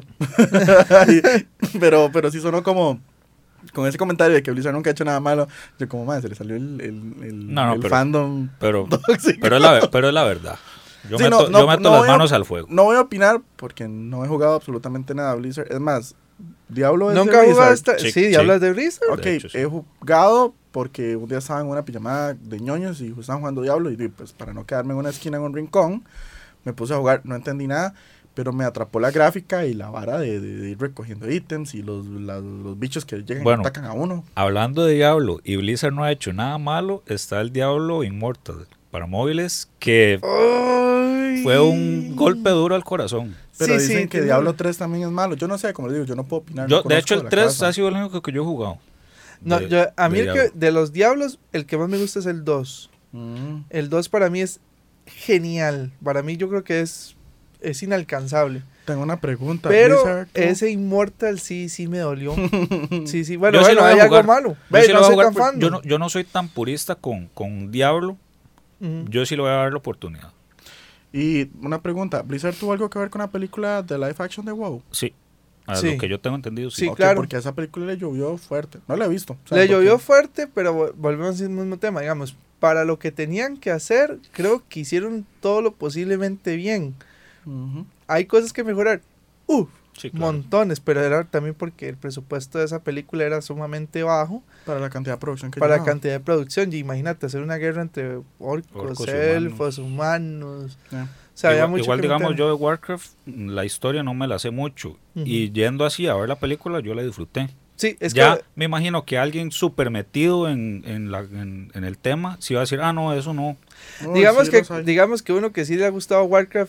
Y- pero, pero sí sonó como... Con ese comentario de que Blizzard nunca ha hecho nada malo. Yo como, madre, se le salió el, el, el, No, no, el pero- fandom Pero, tóxico. pero, es la, ver- pero es la verdad. Yo Sí, meto, no, no, yo meto no las voy a- manos al fuego. No voy a opinar porque no he jugado absolutamente nada a Blizzard. Es más, Diablo es Nunca de jugaste. Blizzard. Sí, Sí, sí, sí. hablas de Blizzard. Ok, De hecho, sí. he jugado porque un día estaba en una pijamada de ñoños y estaban jugando Diablo y pues para no quedarme en una esquina en un rincón, me puse a jugar, no entendí nada, pero me atrapó la gráfica y la vara de, de- de ir recogiendo ítems y los, la- los bichos que llegan Bueno. y atacan a uno. Hablando de Diablo y Blizzard no ha hecho nada malo, está el Diablo Immortal para móviles que Ay. fue un golpe duro al corazón. Pero Sí, dicen sí, que tiene- Diablo tres también es malo. Yo no sé, como les digo, yo no puedo opinar. Yo, no de hecho, conozco el la tres casa. ha sido el único que yo he jugado. No, De- yo, a mí de el que, Diablo. de los Diablos, el que más me gusta es el dos. Mm. El dos para mí es genial. Para mí yo creo que es, es inalcanzable. Tengo una pregunta. Pero Blizzard, ¿tú? ese Immortal sí, sí me dolió. Sí, sí, bueno, Yo sí bueno, lo voy a hay algo jugar. malo. Yo Ve, sí lo no voy a soy jugar, tan pero fan. yo, no, yo no soy tan purista con, con Diablo. Ujú. Yo sí le voy a dar la oportunidad. Y una pregunta. ¿Blizzard tuvo algo que ver con la película de live action de WoW? Sí. A Sí. lo que yo tengo entendido, sí. Sí, Ok, claro. Porque a esa película le llovió fuerte. No la he visto. O sea, Le porque- llovió fuerte, pero vol- volvemos al mismo tema. Digamos, para lo que tenían que hacer, creo que hicieron todo lo posiblemente bien. Ujú. Hay cosas que mejorar. Uh, Sí, claro. montones, pero era también porque el presupuesto de esa película era sumamente bajo Para la cantidad de producción que para la llevaba. cantidad de producción. Y imagínate hacer una guerra entre orcos, Orcos y elfos, humanos. Ya. O sea, había igual mucho igual, que digamos, meter. yo de Warcraft, la historia no me la sé mucho. Ujú. Y yendo así a ver la película, yo la disfruté. Sí, es ya que me imagino que alguien súper metido en, en, la, en, en el tema, si va a decir, ah, no, eso no. No, digamos sí que los hay. digamos que uno que sí le ha gustado Warcraft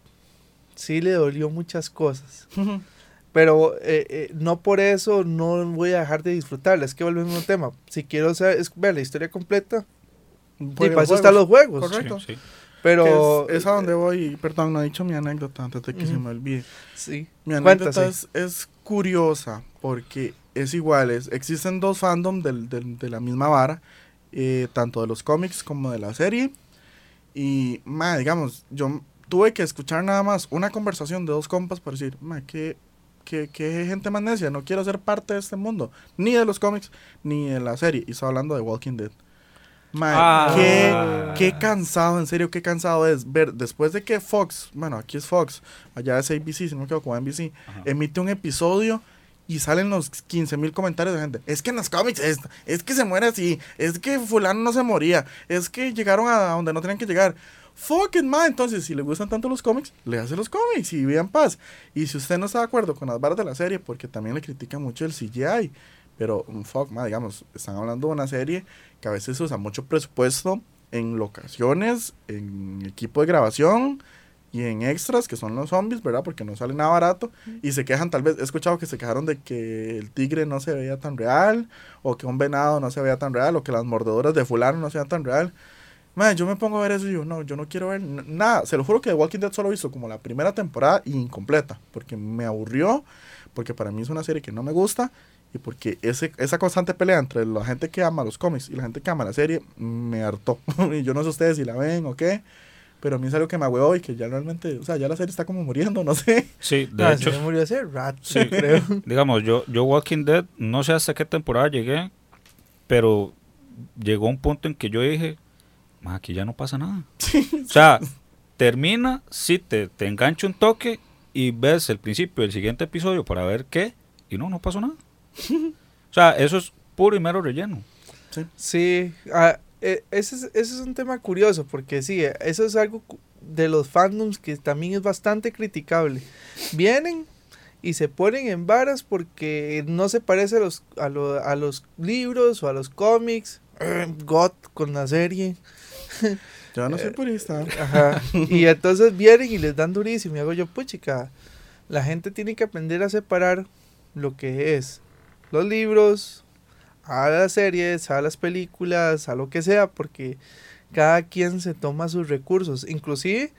sí le dolió muchas cosas. Pero eh, eh, no por eso no voy a dejar de disfrutarla. Es que vuelve al mismo tema. Si quiero saber, es, ver la historia completa, y Juega para eso juegos. están los juegos. Correcto. Sí, sí. Pero Que es, es a donde voy. Perdón, no he dicho mi anécdota antes de que se Ujú. me olvide. sí. Mi anécdota Cuéntase. es, es curiosa porque es igual. Es, existen dos fandoms del, del- de la misma vara, eh, tanto de los cómics como de la serie. Y, ma, digamos, yo tuve que escuchar nada más una conversación de dos compas para decir, ma, qué, qué, qué gente más necia, no quiero ser parte de este mundo, ni de los cómics, ni de la serie. Y estoy hablando de Walking Dead. Ma, Ah. qué, qué cansado, en serio, qué cansado es ver después de que Fox, bueno, aquí es Fox, allá es A B C, si no me equivoco, N B C, Ajá. emite un episodio y salen los quince mil comentarios de gente. Es que en los cómics es, es que se muere así, es que fulano no se moría, es que llegaron a donde no tenían que llegar. Fuck it, man. Entonces, si le gustan tanto los cómics, le hace los cómics y vive en paz. Y si usted no está de acuerdo con las varas de la serie, porque también le critican mucho el C G I, pero un fuck, man, digamos, están hablando de una serie que a veces usa mucho presupuesto en locaciones, en equipo de grabación y en extras, que son los zombies, ¿verdad? Porque no sale nada barato. Y se quejan, tal vez, he escuchado que se quejaron de que el tigre no se veía tan real, o que un venado no se veía tan real, o que las mordedoras de fulano no se veían tan real. Man, yo me pongo a ver eso y yo, no, yo no quiero ver n- nada. Se lo juro que The Walking Dead solo he visto como la primera temporada y incompleta, porque me aburrió, porque para mí es una serie que no me gusta, y porque ese, esa constante pelea entre la gente que ama los cómics y la gente que ama la serie me hartó. Y yo no sé ustedes si la ven o qué, pero a mí es algo que me agüeó y que ya realmente, o sea, ya la serie está como muriendo, no sé. Sí, de Ah, hecho, se me murió hace rato, Sí. creo. digamos, yo, yo Walking Dead, no sé hasta qué temporada llegué, pero llegó un punto en que yo dije, "Ma, aquí ya no pasa nada. O sea, termina, sí, te, te engancha un toque y ves el principio del siguiente episodio para ver qué, y no, no pasó nada. O sea, eso es puro y mero relleno. Sí, ah, eh, ese, es, ese es un tema curioso, porque sí, eh, eso es algo cu- de los fandoms que también es bastante criticable. Vienen y se ponen en varas porque no se parece a los, a, lo- a los libros o a los cómics. Eh, God con la serie. Yo no Eh, soy purista. Ajá. Y entonces vienen y les dan durísimo. Y hago yo, puchica, la gente tiene que aprender a separar lo que es los libros, a las series, a las películas, a lo que sea, porque cada quien se toma sus recursos. Inclusive,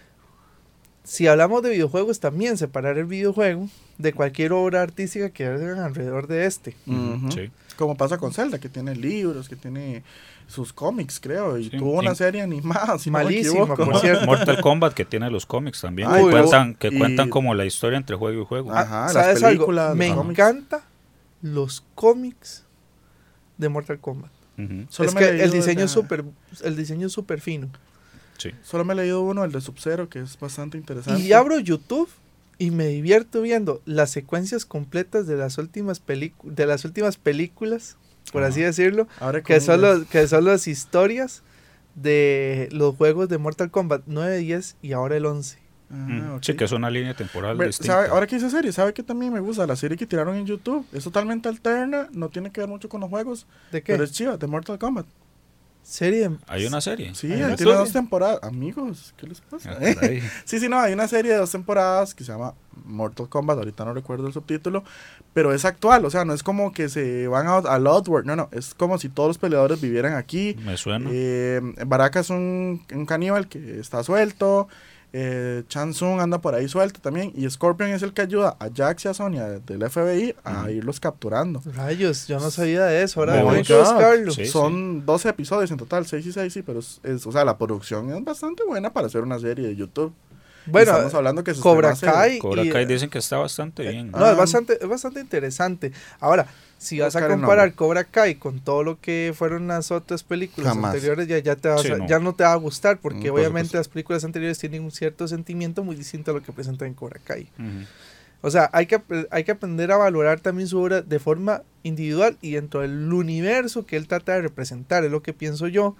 si hablamos de videojuegos, también separar el videojuego de cualquier obra artística que hagan alrededor de este. Ujú. Sí. Como pasa con Zelda, que tiene libros, que tiene sus cómics, creo, y Sí. tuvo una In- serie animada, si no me Malísima, equivoco. por cierto. Mortal Kombat, que tiene los cómics también, Ay, que, pero- cuentan, que y- cuentan como la historia entre juego y juego. Ah, Ajá, las ¿Sabes películas, algo? Me los cómics. encanta los cómics de Mortal Kombat. Ujú. Solo es me he que el leído diseño de- es súper el diseño es súper fino. Sí. Solo me he leído uno, el de Sub-Zero, que es bastante interesante. Y abro YouTube y me divierto viendo las secuencias completas de las últimas películas de las últimas películas, por Ajá. así decirlo, Abre que son comillas. los, que son las historias de los juegos de Mortal Kombat nueve, diez y ahora el once. Ah, Mm, ok. Sí, que es una línea temporal Ve, distinta. ¿sabe? Ahora que hice serie, ¿sabe que también me gusta? La serie que tiraron en YouTube. Es totalmente alterna, no tiene que ver mucho con los juegos, ¿De qué? pero es chiva, de Mortal Kombat. Serie. Hay una serie. Sí, ¿Hay ahí una tiene serie? dos temporadas. Amigos, ¿qué les pasa? Ah, caray. Sí, sí, no, hay una serie de dos temporadas que se llama Mortal Kombat, ahorita no recuerdo el subtítulo, pero es actual, o sea, no es como que se van a, a Outworld, no, no, es como si todos los peleadores vivieran aquí. Me suena. Eh, Baraka es un, un caníbal que está suelto, eh, Chan Tsung anda por ahí suelto también, y Scorpion es el que ayuda a Jax y a Sonya del F B I a Ujú. irlos capturando. Rayos, yo no sabía de eso. Ahora Oh tengo my que God. buscarlo. Sí. Son doce episodios en total, seis y seis, sí, pero es, es- o sea, la producción es bastante buena para hacer una serie de YouTube. Y Bueno, estamos hablando que se Cobra estrenó hace- Kai. Cobra y- Kai dicen que está bastante bien. No, Ah. es bastante, es bastante interesante. Ahora, si vas a Buscar el comparar nombre. Cobra Kai con todo lo que fueron las otras películas Jamás. anteriores, ya, ya, te vas Sí, a- no. ya no te va a gustar, porque Mm, por obviamente supuesto. las películas anteriores tienen un cierto sentimiento muy distinto a lo que presentan en Cobra Kai. Ujú. O sea, hay que, ap- hay que aprender a valorar también su obra de forma individual y dentro del universo que él trata de representar, es lo que pienso yo.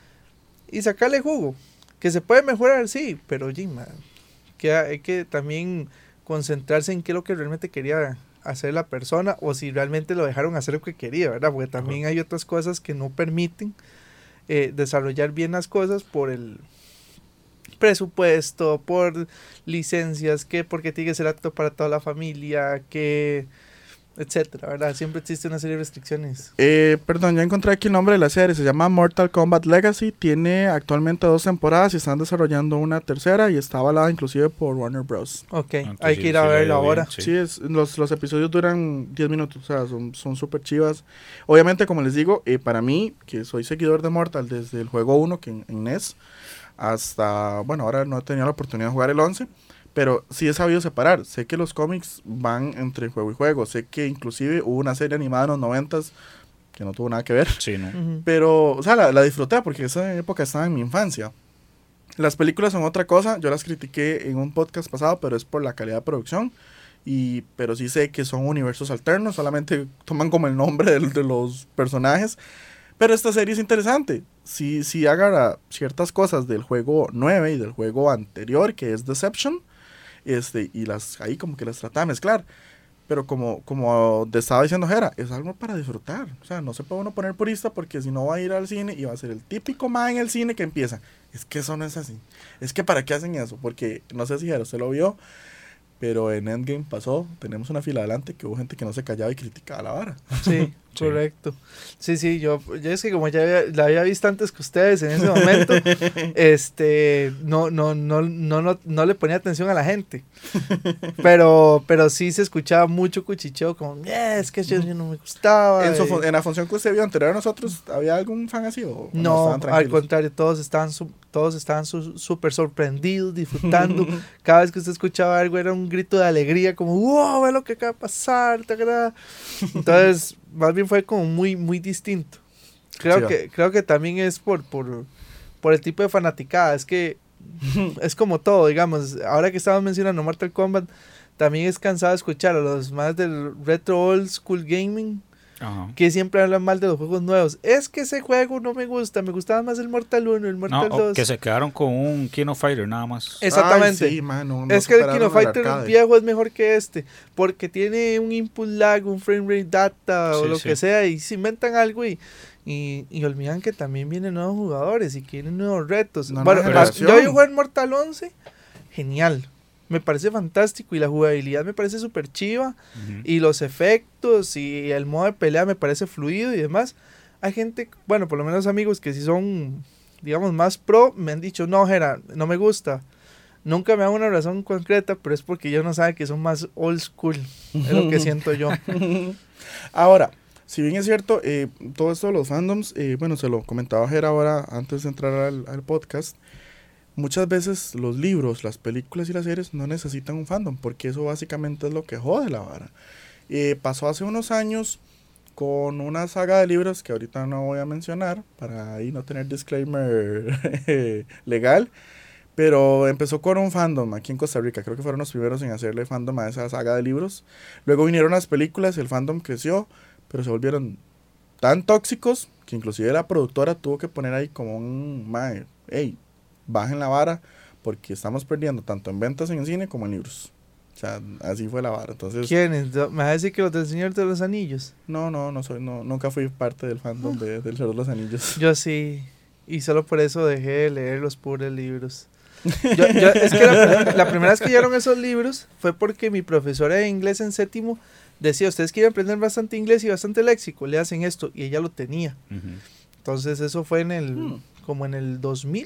Y sacarle jugo. Que se puede mejorar, sí, pero oye, man, que hay que también concentrarse en qué es lo que realmente quería hacer la persona o si realmente lo dejaron hacer lo que quería, ¿verdad? Porque también hay otras cosas que no permiten eh, desarrollar bien las cosas por el presupuesto, por licencias, que porque tiene que ser apto para toda la familia, que etcétera, ¿verdad? Siempre existe una serie de restricciones. Eh, perdón, ya encontré aquí el nombre de la serie, se llama Mortal Kombat Legacy, tiene actualmente dos temporadas y están desarrollando una tercera y está avalada inclusive por Warner Bros. Ok, Entonces, hay que ir a sí le ha verlo ido bien, ahora. sí. Sí, es, los, los episodios duran diez minutos, o sea, son son súper chivas. Obviamente, como les digo, eh, para mí, que soy seguidor de Mortal desde el juego uno, que en, en N E S, hasta, bueno, ahora no he tenido la oportunidad de jugar el once, pero sí he sabido separar. Sé que los cómics van entre juego y juego, sé que inclusive hubo una serie animada en los noventas que no tuvo nada que ver. Sí, ¿no? Ujú. Pero, o sea, la, la disfruté porque esa época estaba en mi infancia. Las películas son otra cosa, yo las critiqué en un podcast pasado, pero es por la calidad de producción. Y, pero sí sé que son universos alternos, solamente toman como el nombre de, de los personajes. Pero esta serie es interesante. Sí, sí agarra ciertas cosas del juego nueve y del juego anterior, que es Deception, este, y las ahí como que las trata de mezclar. Pero como, como te estaba diciendo Jera, es algo para disfrutar. O sea, no se puede uno poner purista porque si no va a ir al cine y va a ser el típico man en el cine que empieza. Es que eso no es así. Es que ¿para qué hacen eso? Porque no sé si Jera usted lo vio, pero en Endgame pasó. Tenemos una fila adelante que hubo gente que no se callaba y criticaba la vara. Sí, Sí. correcto. Sí, sí, yo, yo es que como ya había- la había visto antes que ustedes en ese momento, este, no, no, no, no, no, no le ponía atención a la gente. Pero, pero sí se escuchaba mucho cuchicheo, como, "Eh, es que yo, yo no me gustaba. En, su eh". fun- en la función que usted vio anterior a nosotros, ¿había algún fan así? ¿O, o No, estaban al tranquilos? contrario, todos estaban su- todos estaban su- súper sorprendidos, disfrutando. Cada vez que usted escuchaba algo era un grito de alegría, como, wow, ve lo que acaba de pasar, ta, ta, ta". Entonces, más bien fue como muy, muy distinto. Creo Sí, que, creo que también es por, por, por el tipo de fanaticada, es que es como todo, digamos, ahora que estamos mencionando Mortal Kombat, también es cansado escuchar a los más del retro old school gaming, Ajá. que siempre hablan mal de los juegos nuevos. Es que ese juego no me gusta, me gustaba más el Mortal uno, el No, Mortal o dos. que se quedaron con un Kino Fighter nada más. Exactamente. Ay, sí, mano, no Es que el superaron Kino Fighter arcade. viejo es mejor que este, porque tiene un input lag, un frame rate data o Sí, lo sí. que sea, y se inventan algo y, y, y olvidan que también vienen nuevos jugadores y que vienen nuevos retos. Una Bueno, nueva a- generación. yo jugué en Mortal once, genial. Me parece fantástico y la jugabilidad me parece súper chiva. Ujú. Y los efectos y el modo de pelea me parece fluido y demás. Hay gente, bueno, por lo menos amigos que si son, digamos, más pro, me han dicho, no, Jera, no me gusta. Nunca me dan una razón concreta, pero es porque yo no sabe que son más old school. Es lo que siento yo. Ahora, si bien es cierto, eh, todo esto de los fandoms, eh, bueno, se lo comentaba Jera ahora antes de entrar al, al podcast. Muchas veces los libros, las películas y las series no necesitan un fandom, porque eso básicamente es lo que jode la vara. Eh, pasó hace unos años con una saga de libros que ahorita no voy a mencionar, para ahí no tener disclaimer legal, pero empezó con un fandom aquí en Costa Rica, creo que fueron los primeros en hacerle fandom a esa saga de libros. Luego vinieron las películas, el fandom creció, pero se volvieron tan tóxicos que inclusive la productora tuvo que poner ahí como un, mae, hey, bajen la vara porque estamos perdiendo tanto en ventas en el cine como en libros. O sea, así fue la vara. Entonces, ¿Quiénes? ¿Me vas a decir que los del Señor de los Anillos? no, no, no soy, no, nunca fui parte del fandom de, del Señor de los Anillos. Yo sí. y solo por eso dejé de leer los pobres libros. Yo, yo, es que la, la primera vez que llegaron esos libros fue porque mi profesora de inglés en séptimo decía, ustedes quieren aprender bastante inglés y bastante léxico, le hacen esto, y ella lo tenía. Ujú. Entonces eso fue en el, Hmm. como en el dos mil.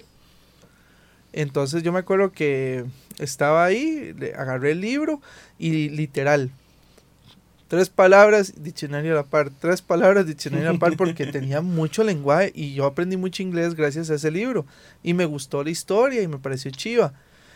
Entonces yo me acuerdo que estaba ahí, le agarré el libro y literal, tres palabras, diccionario a la par, tres palabras, diccionario a la par, porque tenía mucho lenguaje y yo aprendí mucho inglés gracias a ese libro. Y me gustó la historia y me pareció chiva.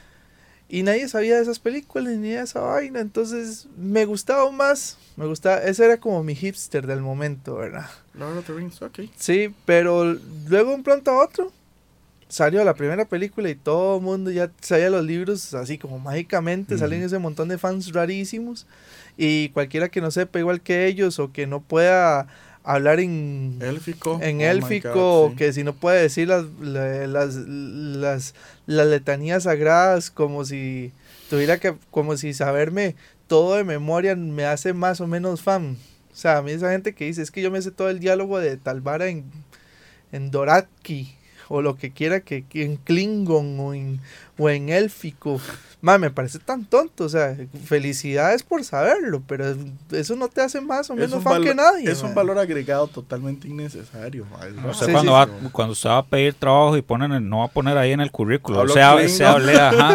Y nadie sabía de esas películas ni de esa vaina, entonces me gustaba más, me gustaba, ese era como mi hipster del momento, ¿verdad? Lord of the Rings, ok. Sí, pero luego de un pronto a otro salió la primera película y todo el mundo ya sabía los libros así como mágicamente, Ujú. salen ese montón de fans rarísimos y cualquiera que no sepa igual que ellos o que no pueda hablar en Élfico. en oh my élfico God, o sí. que si no puede decir las, la- las, las, las letanías sagradas como si tuviera que, como si saberme todo de memoria me hace más o menos fan. O sea, a mí esa gente que dice, es que yo me sé todo el diálogo de tal vara en, en Dothraki o lo que quiera que, que en Klingon o en, o en élfico. Man, me parece tan tonto, o sea, felicidades por saberlo, pero eso no te hace más o Es menos un, fan valo- que nadie. es un man. valor agregado totalmente innecesario. ma, es O bastante sea, Sí, cuando, sí, va, feo. cuando usted va a pedir trabajo y ponen el- no va a poner ahí en el currículo. Hablo Se, hable, Klingon. se hable, ajá.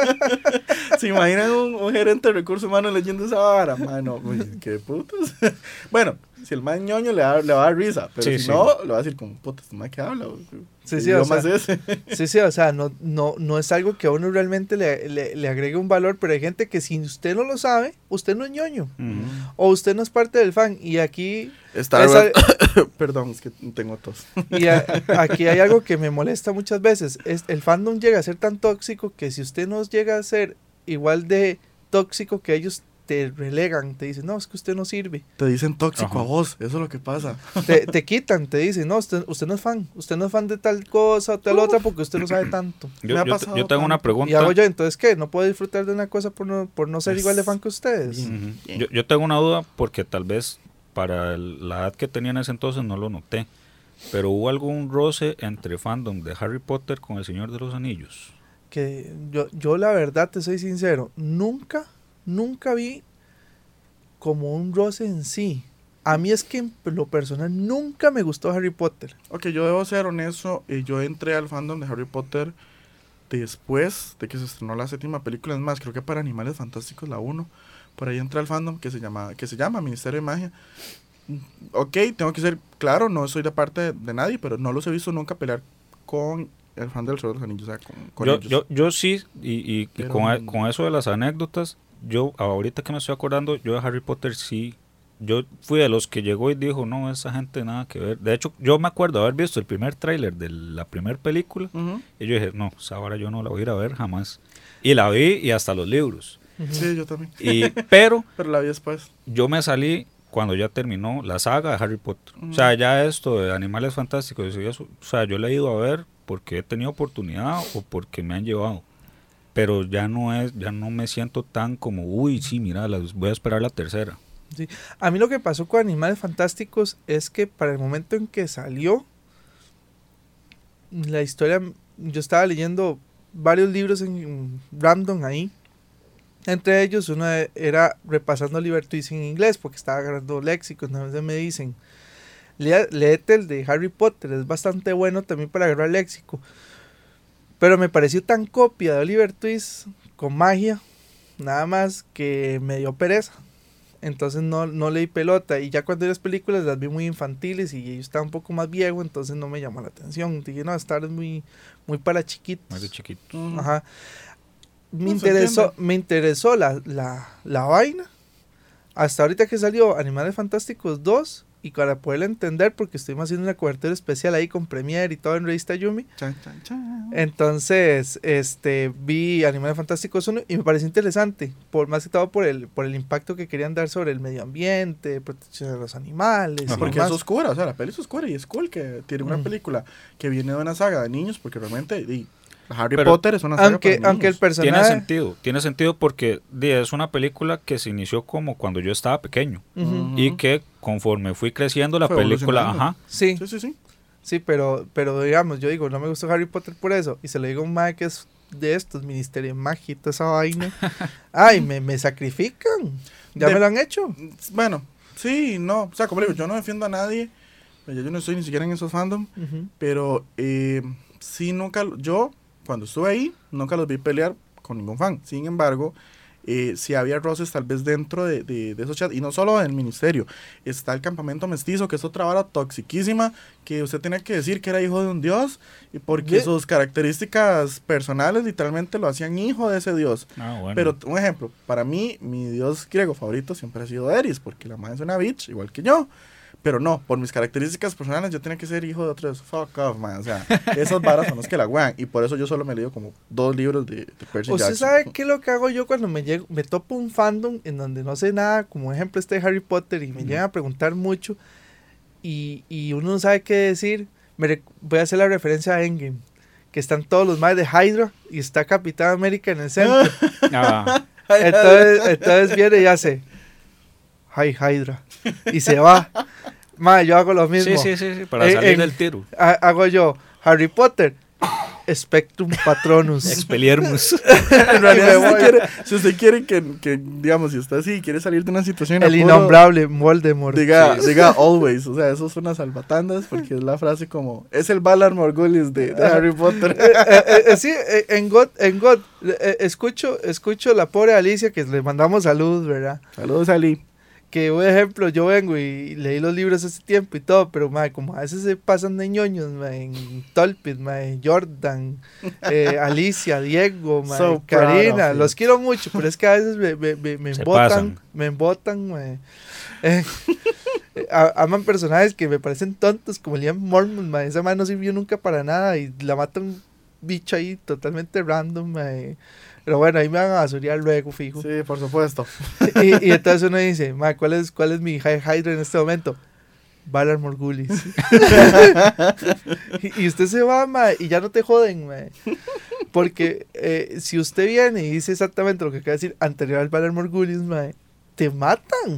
¿Se imaginan un, un gerente de recursos humanos leyendo esa vara? Mano, uy, qué putos. Bueno, si el man ñoño le, da- le va a dar risa, pero Sí, si sí. no, le va a decir como, puta, este man que habla. Sí, ¿Qué sí, o idioma sea, es ese? Sí, sí, o sea, no, no, no es algo que a uno realmente le, le, le agregue un valor, pero hay gente que si usted no lo sabe, usted no es ñoño, Ujú. o usted no es parte del fan, y aquí, Star Esa- Wars. Perdón, es que tengo tos. y a- aquí hay algo que me molesta muchas veces, es el fandom llega a ser tan tóxico que si usted no llega a ser igual de tóxico que ellos te relegan, te dicen, no, es que usted no sirve, Te dicen tóxico Ajá. a vos, eso es lo que pasa. te, te quitan, te dicen, no, usted, usted no es fan, usted no es fan de tal cosa o tal otra porque usted no sabe tanto. Yo, Me ha yo te- pasado yo tengo una tanto. pregunta. Y hago yo, entonces, ¿qué? ¿No puedo disfrutar de una cosa por no, por no ser Es- igual de fan que ustedes? Bien. Ujú. Yo, yo tengo una duda porque tal vez para el- la edad que tenía en ese entonces no lo noté. Pero hubo algún roce entre fandom de Harry Potter con El Señor de los Anillos. Que yo, yo la verdad te soy sincero, nunca, nunca vi como un roce en sí. A mí es que en lo personal nunca me gustó Harry Potter. Ok, yo debo ser honesto, eh, yo entré al fandom de Harry Potter después de que se estrenó la séptima película. Es más, creo que para Animales Fantásticos la uno, por ahí entré al fandom que se llama, que se llama Ministerio de Magia. Mm, Ok, tengo que ser claro, no soy de parte de, de nadie, pero no los he visto nunca pelear con el fan del Señor de los Anillos, o sea, con, con Yo, ellos. yo, yo sí, y, y- y Pero con, no- con eso de las anécdotas, yo ahorita que me estoy acordando, yo de Harry Potter sí, yo fui de los que llegó y dijo, no, esa gente nada que ver. De hecho, yo me acuerdo haber visto el primer tráiler de la primera película Ujú. y yo dije, no, esa hora yo no la voy a ir a ver jamás. Y la vi y hasta los libros. Sí, yo también. Y, pero Pero la vi después. yo me salí cuando ya terminó la saga de Harry Potter. O sea, ya esto de Animales Fantásticos y eso, o sea, yo le he ido a ver porque he tenido oportunidad o porque me han llevado. Pero ya no es, ya no me siento tan como, uy, sí, mira, las, voy a esperar la tercera. Sí. A mí lo que pasó con Animales Fantásticos es que para el momento en que salió la historia, yo estaba leyendo varios libros en random ahí. Entre ellos uno era repasando Oliver Twist en inglés porque estaba agarrando léxicos. Entonces me dicen, "Lea- léete el de Harry Potter, es bastante bueno también para agarrar léxico". Pero me pareció tan copia de Oliver Twist con magia, nada más que me dio pereza. Entonces no, no leí pelota. Y ya cuando vi las películas las vi muy infantiles y yo estaba un poco más viejo, entonces no me llamó la atención. Dije, no, esta es muy, muy para chiquitos. Más de chiquito. Ujú. Ajá. Me No, se interesó, entiende. me interesó la, la, la vaina. Hasta ahorita que salió Animales Fantásticos dos. Y para poderla entender, porque estuvimos haciendo una cobertura especial ahí con Premiere y todo en Revista Yumi. Chan, chan, chan. Entonces, este, vi Animales Fantásticos uno y me pareció interesante, por más que todo por el, por el impacto que querían dar sobre el medio ambiente, protección de los animales. y Porque demás. es oscura, o sea, la peli es oscura y es cool que tiene una Mm. película que viene de una saga de niños, porque realmente y, Harry Pero- Potter es una saga aunque, para aunque el niños. Tiene personaje. sentido, tiene sentido porque di, es una película que se inició como cuando yo estaba pequeño Ujú. Ujú. y que conforme fui creciendo la Fue película, evolucionando. ajá, Sí, Sí, sí, sí. Sí, pero, pero digamos, yo digo, no me gustó Harry Potter por eso. Y se lo digo a un mae que es de estos, Ministerio de Magia y toda esa vaina. Ay, me, me sacrifican. Ya De- me lo han hecho. Bueno, sí, no. O sea, como le digo, yo no defiendo a nadie. Yo no estoy ni siquiera en esos fandom. Ujú. Pero eh, sí, nunca. Yo, cuando estuve ahí, nunca los vi pelear con ningún fan. Sin embargo, eh, sí había roces tal vez dentro de, de, de esos chats. Y no solo en el ministerio. Está el campamento mestizo, que es otra vara toxiquísima. Que usted tenía que decir que era hijo de un dios. Y porque Ye- sus características personales literalmente lo hacían hijo de ese dios. Ah, bueno. Pero un ejemplo, para mí, mi dios griego favorito siempre ha sido Eris, porque la madre es una bitch, igual que yo. Pero no, por mis características personales, yo tenía que ser hijo de otro de esos. Fuck off, man. O sea, esas varas son los que la wean. Y por eso yo solo me he leído como dos libros de, de Percy ¿Usted Jackson. sabe qué es lo que hago yo cuando me llego, me topo un fandom en donde no sé nada, como ejemplo este de Harry Potter, y me Ujú. llegan a preguntar mucho, y, y uno no sabe qué decir? Me rec- voy a hacer la referencia a Endgame, que están todos los más de Hydra, y está Capitán América en el centro. Ah, entonces, entonces viene y hace, Hi Hydra, y se va. Ma, yo hago lo mismo. sí, sí, sí, sí, para Eh, salir en- del tiro. Ha- hago yo, Harry Potter, Spectrum Patronus. Expelliarmus. En realidad, Me si usted voy. quiere, si usted quiere que, que, digamos, si usted así quiere salir de una situación... El apuro, innombrable Voldemort. Diga, Sí. diga always, o sea, eso es una salvatandas porque es la frase como, es el Valar Morghulis de, de Harry Potter. Eh, eh, eh, sí, eh, en God, en God eh, escucho, escucho la pobre Alicia, que le mandamos saludos, ¿verdad? Saludos, Ali. Que, por ejemplo, yo vengo y leí los libros hace tiempo y todo, pero, mae, como a veces se pasan de ñoños, mae, en Tolkien, mae, Jordan, eh, Alicia, Diego, mae, So proud Karina, of you. los quiero mucho, pero es que a veces me, me, me, me Se embotan, pasan. me embotan, mae. Eh, a- aman personajes que me parecen tontos, como Liam Mormont, mae, esa mae no sirvió nunca para nada y la mata un bicho ahí totalmente random, mae. Pero bueno, ahí me van a basurear luego, fijo. Sí, por supuesto. Y, y entonces uno dice, ma, ¿cuál es, cuál es mi High Hydra en este momento? Valar Morghulis. y, y usted se va, ma, y ya no te joden, ma. Porque eh, si usted viene y dice exactamente lo que acaba de decir anterior al Valar Morghulis, ma, te matan.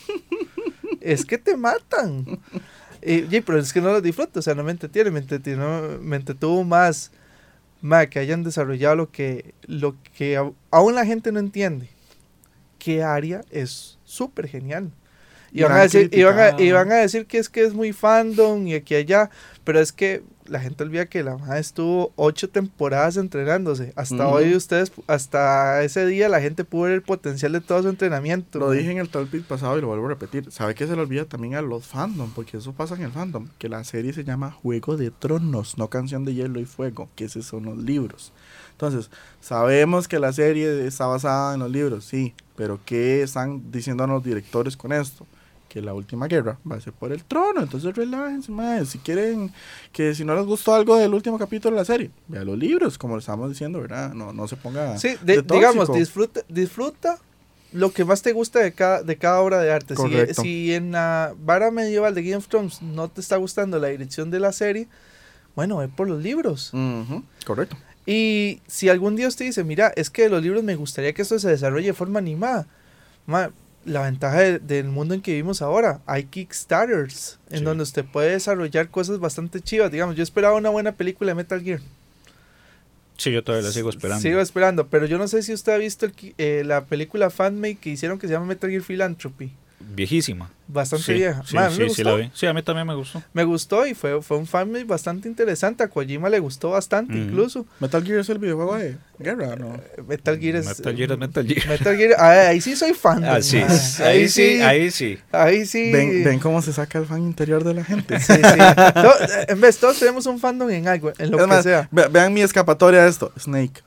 Es que te matan. Y, y, pero es que no lo disfruto, o sea, no me entretiene, me entretuvo, me entretuvo más, ma, que hayan desarrollado lo que, lo que a- aún la gente no entiende. Que Aria es súper genial. Y van, Gran a decir, y, van a, crítica. y van a decir que es que es muy fandom y aquí y allá, pero es que la gente olvida que la madre estuvo ocho temporadas entrenándose. Hasta Ujú. hoy ustedes, hasta ese día la gente pudo ver el potencial de todo su entrenamiento. Lo ma. dije en el Talkbeat pasado y lo vuelvo a repetir. ¿Sabe que se le olvida también a los fandom? Porque eso pasa en el fandom. Que la serie se llama Juego de Tronos, no Canción de Hielo y Fuego, que esos son los libros. Entonces, sabemos que la serie está basada en los libros, sí. Pero ¿qué están diciendo los directores con esto? Que la última guerra va a ser por el trono. Entonces relájense, madre. Si quieren, que si no les gustó algo del último capítulo de la serie, vea los libros, como le estamos diciendo, ¿verdad? No, no se ponga Sí, de- de digamos, tóxico. disfruta, disfruta lo que más te gusta de cada, de cada obra de arte. Si, Correcto. si en la vara medieval de Game of Thrones no te está gustando la dirección de la serie, bueno, ve por los libros. Ujú, correcto. Y si algún día usted dice, mira, es que de los libros me gustaría que esto se desarrolle de forma animada, ma, la ventaja de- del mundo en que vivimos ahora, hay Kickstarters, en Sí. donde usted puede desarrollar cosas bastante chivas. Digamos, yo esperaba una buena película de Metal Gear. Sí, yo todavía la sigo esperando. Sigo esperando, pero yo no sé si usted ha visto el qui- eh, la película fanmade que hicieron que se llama Metal Gear Philanthropy. Viejísima. Bastante Sí, vieja. Sí, Ma, a mí sí, me sí gustó. la vi. Sí, a mí también me gustó. Me gustó y fue, fue un fanmade bastante interesante. A Kojima le gustó bastante, Ujú. incluso. Metal Gear es el videojuego de guerra, ¿no? Eh, Metal Gear es. Metal Gear es Metal Gear. Metal Gear, ah, ahí sí soy fan. Ah, sí. ma. Ahí sí, ahí sí. Ahí sí. ¿Ven, ven cómo se saca el fan interior de la gente. Sí, sí. To- en vez, todos tenemos un fandom en algo, en lo Es que más, sea. ve- vean mi escapatoria a esto. Snake.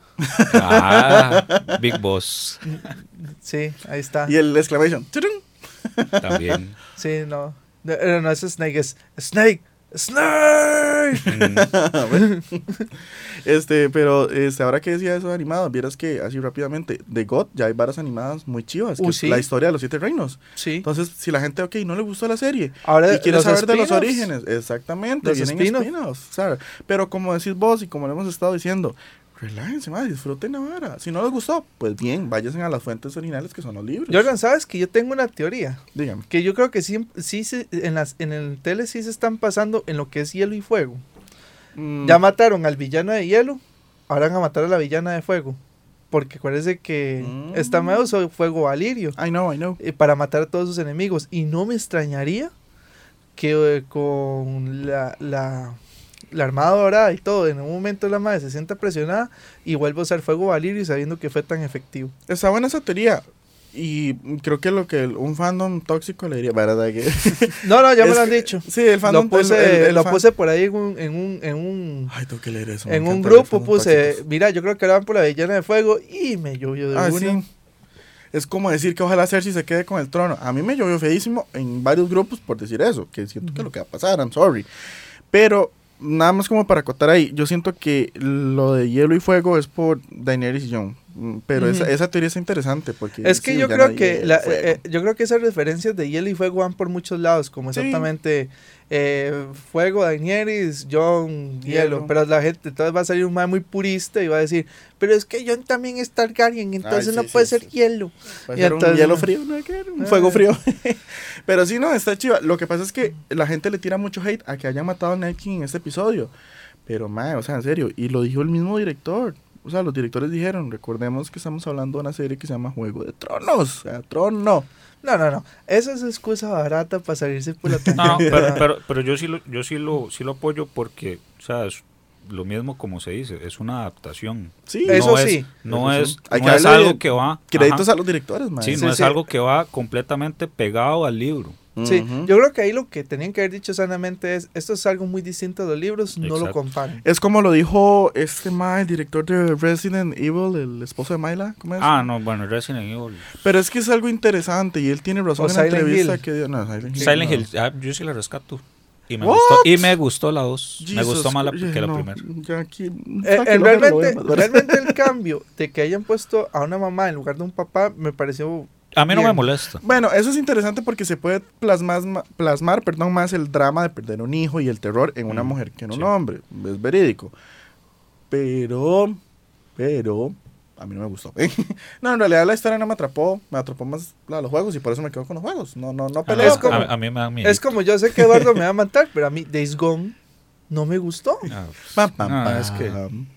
Ah, Big Boss Sí, ahí está. Y el exclamation. ¡Turun! también. Sí, no. No, no, no es Snake, es Snake. ¡Snake! Mm, Este, pero este, ahora que decía eso de animados, vieras que así rápidamente, de God ya hay varas animadas muy chivas, que Uh, es sí. la historia de los siete reinos. Sí. Entonces, si la gente, ok, no le gustó la serie Ahora, y quiere los saber de los spin-offs. orígenes, exactamente, Los vienen spin-off. spin-offs, ¿sabes? Pero como decís vos y como le hemos estado diciendo, relájense, madre, disfruten la vara. Si no les gustó, pues bien, váyanse a las fuentes originales que son los libros. Jordan, ¿sabes que yo tengo una teoría? Dígame. Que yo creo que sí, sí se- en, las, en el tele sí se están pasando en lo que es hielo y fuego. Mm, Ya mataron al villano de hielo, ahora van a matar a la villana de fuego. Porque acuérdense que Mm. está medio soy fuego valirio. I know, I know. eh, para matar a todos sus enemigos. Y no me extrañaría que eh, con la, la, la armada dorada y todo, en un momento la madre se sienta presionada y vuelve a usar fuego valirio sabiendo que fue tan efectivo. Está buena esa teoría. Y creo que lo que el- un fandom tóxico le diría, ¿verdad? Que No, no, ya me Es lo han que- dicho. sí, el fandom. Lo puse, el- el- el lo fan- puse por ahí en un, en un, en un, Ay, tengo que leer eso. me en un encanta leer grupo, fandom puse, tóxicos. mira, yo creo que ahora van por la villana de fuego y me llovió de Ah, una. sí. Es como decir que ojalá Cersei se quede con el trono. A mí me llovió feísimo en varios grupos por decir eso, que siento que es lo que va a pasar, I'm sorry. Pero nada más como para acotar ahí, yo siento que lo de hielo y fuego es por Daenerys y Jon. Mm, Pero Ujú. esa, esa teoría es interesante porque Es que sí, yo ya creo no hay que hielo, la- fuego. eh, yo creo que esas referencias de hielo y fuego van por muchos lados, como Sí. exactamente eh, fuego, Daenerys, Jon, hielo. Hielo. Pero la gente entonces va a salir un man muy purista y va a decir, pero es que Jon también es Targaryen, entonces sí, no sí, puede sí. ser hielo. Puede y ser entonces- un hielo frío, no hay que ver, un Ah. fuego frío. Pero sí, no, está chiva. Lo que pasa es que la gente le tira mucho hate a que hayan matado a Night King en este episodio. Pero, mae, o sea, en serio. Y lo dijo el mismo director. O sea, los directores dijeron, recordemos que estamos hablando de una serie que se llama Juego de Tronos. O sea, trono. No, no, no. Esa es excusa barata para salirse por la No, no, tangente. pero, pero, pero yo sí lo, yo sí lo, sí lo apoyo porque, o sea, es lo mismo como se dice, es una adaptación. Sí, Eso no sí. Es, no Eso es, sí. Hay no que es darle algo que va. créditos ajá. a los directores, mae. Sí, Sí, no es sí. algo que va completamente pegado al libro. Sí, Ujú. yo creo que ahí lo que tenían que haber dicho sanamente es, esto es algo muy distinto a los libros, no lo Exacto. comparen. Es como lo dijo este mae, el director de Resident Evil, el esposo de Myla. ¿Cómo es? Ah, no, bueno, Resident Evil. Pero es que es algo interesante y él tiene razón O en la Silent entrevista Hill. que dio. No, Silent Hill. Silent no. Hill, ah, yo sí la rescato. Y me What? gustó, y me gustó la dos. Me Jesus gustó más la, Christ, que la no, primera. ya aquí, Eh, sáquelo, en me lo voy a realmente, matar. realmente el cambio de que hayan puesto a una mamá en lugar de un papá me pareció... A mí no bien. me molesta. Bueno, eso es interesante porque se puede plasmar, ma- plasmar perdón, más el drama de perder un hijo y el terror en una Mm, mujer que en un sí. hombre. Es verídico. Pero, pero, a mí no me gustó. No, en realidad la historia no me atrapó. Me atrapó más la de los juegos y por eso me quedo con los juegos. No, no, no A, peleo. Es como- a- a mí me da miedo. Es como yo sé que Eduardo me va a matar, pero a mí Days Gone no me gustó. Ah, Pam, pam, no, pam. es que-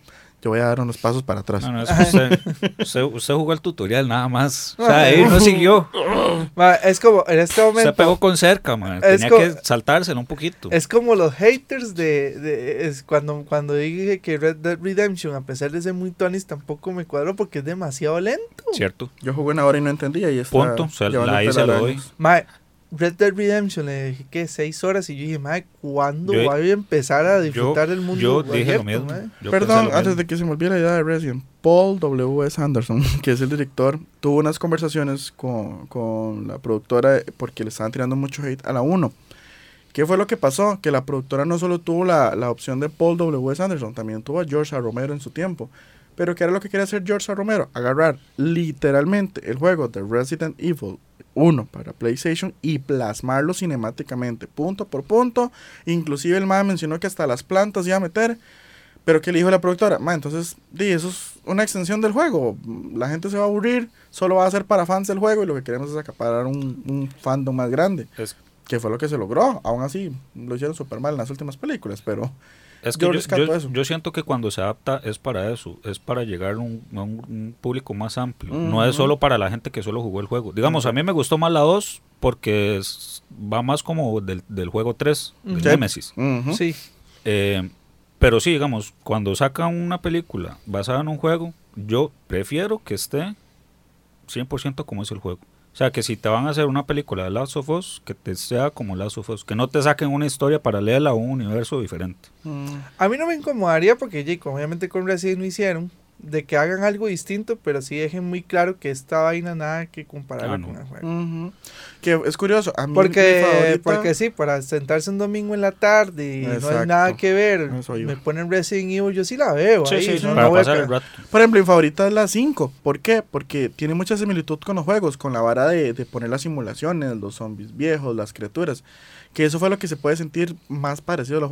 Yo voy a dar unos pasos para atrás. No, no, es que usted, usted, usted jugó el tutorial nada más. O sea, ahí no siguió. Ma, es como en este Se momento... pegó con cerca, man. Es Tenía co- que saltárselo un poquito. Es como los haters de, de- es cuando, cuando dije que Red Dead Redemption, a pesar de ser muy tonis, tampoco me cuadró porque es demasiado lento. ¿Cierto? Yo jugué una hora y no entendía y está Punto. O sea, llevando ahí se lo doy. telarañas. Ma, Red Dead Redemption le dije que seis horas y yo dije, ma, ¿cuándo Yo- voy a empezar a Yo, disfrutar del mundo? yo dije lo abierto, mismo. ma? Yo pensé Perdón, lo antes mismo. de que se me olvide la idea de Resident, Paul W S. Anderson, que es el director, tuvo unas conversaciones con, con la productora porque le estaban tirando mucho hate a la uno. ¿Qué fue lo que pasó? Que la productora no solo tuvo la, la opción de Paul W S. Anderson, también tuvo a George A. Romero en su tiempo. Pero ¿qué era lo que quería hacer George A. Romero? Agarrar literalmente el juego de Resident Evil uno para PlayStation y plasmarlo cinemáticamente, punto por punto. Inclusive el man mencionó que hasta las plantas iba a meter. Pero ¿qué le dijo la productora? Ma, entonces, di, eso es una extensión del juego. La gente se va a aburrir, solo va a ser para fans del juego y lo que queremos es acaparar un, un fandom más grande. Es, Que fue lo que se logró. Aún así, lo hicieron súper mal en las últimas películas, pero... es que Yo yo, rescato yo- eso. yo siento que cuando se adapta es para eso. Es para llegar a un, a un- un público más amplio. No es Ujú. solo para la gente que solo jugó el juego. Digamos, a mí me gustó más la dos porque es- va más como del, del juego tres, del Ujú. Nemesis. Ujú. Sí. Eh, pero sí, digamos, cuando sacan una película basada en un juego, yo prefiero que esté cien por ciento como es el juego. O sea, que si te van a hacer una película de Last of Us, que te sea como Last of Us. Que no te saquen una historia paralela a un universo diferente. Mm. A mí no me incomodaría porque, Jake, obviamente con Resident lo hicieron, de que hagan algo distinto, pero sí dejen muy claro que esta vaina nada que compararla Ah, no. con el juego. Ujú. Que es curioso. A mí mi Porque, favorita- porque sí, para sentarse un domingo en la tarde y no hay Exacto. nada que ver, Eso iba. me ponen Resident Evil, yo sí la veo. Sí, ahí, sí, no, para no voy a pasar ca- el rato. Por ejemplo, mi favorita es la cinco. ¿Por qué? Porque tiene mucha similitud con los juegos, con la vara de, de poner las simulaciones, los zombies viejos, las criaturas. Que eso fue lo que se puede sentir más parecido a los juegos.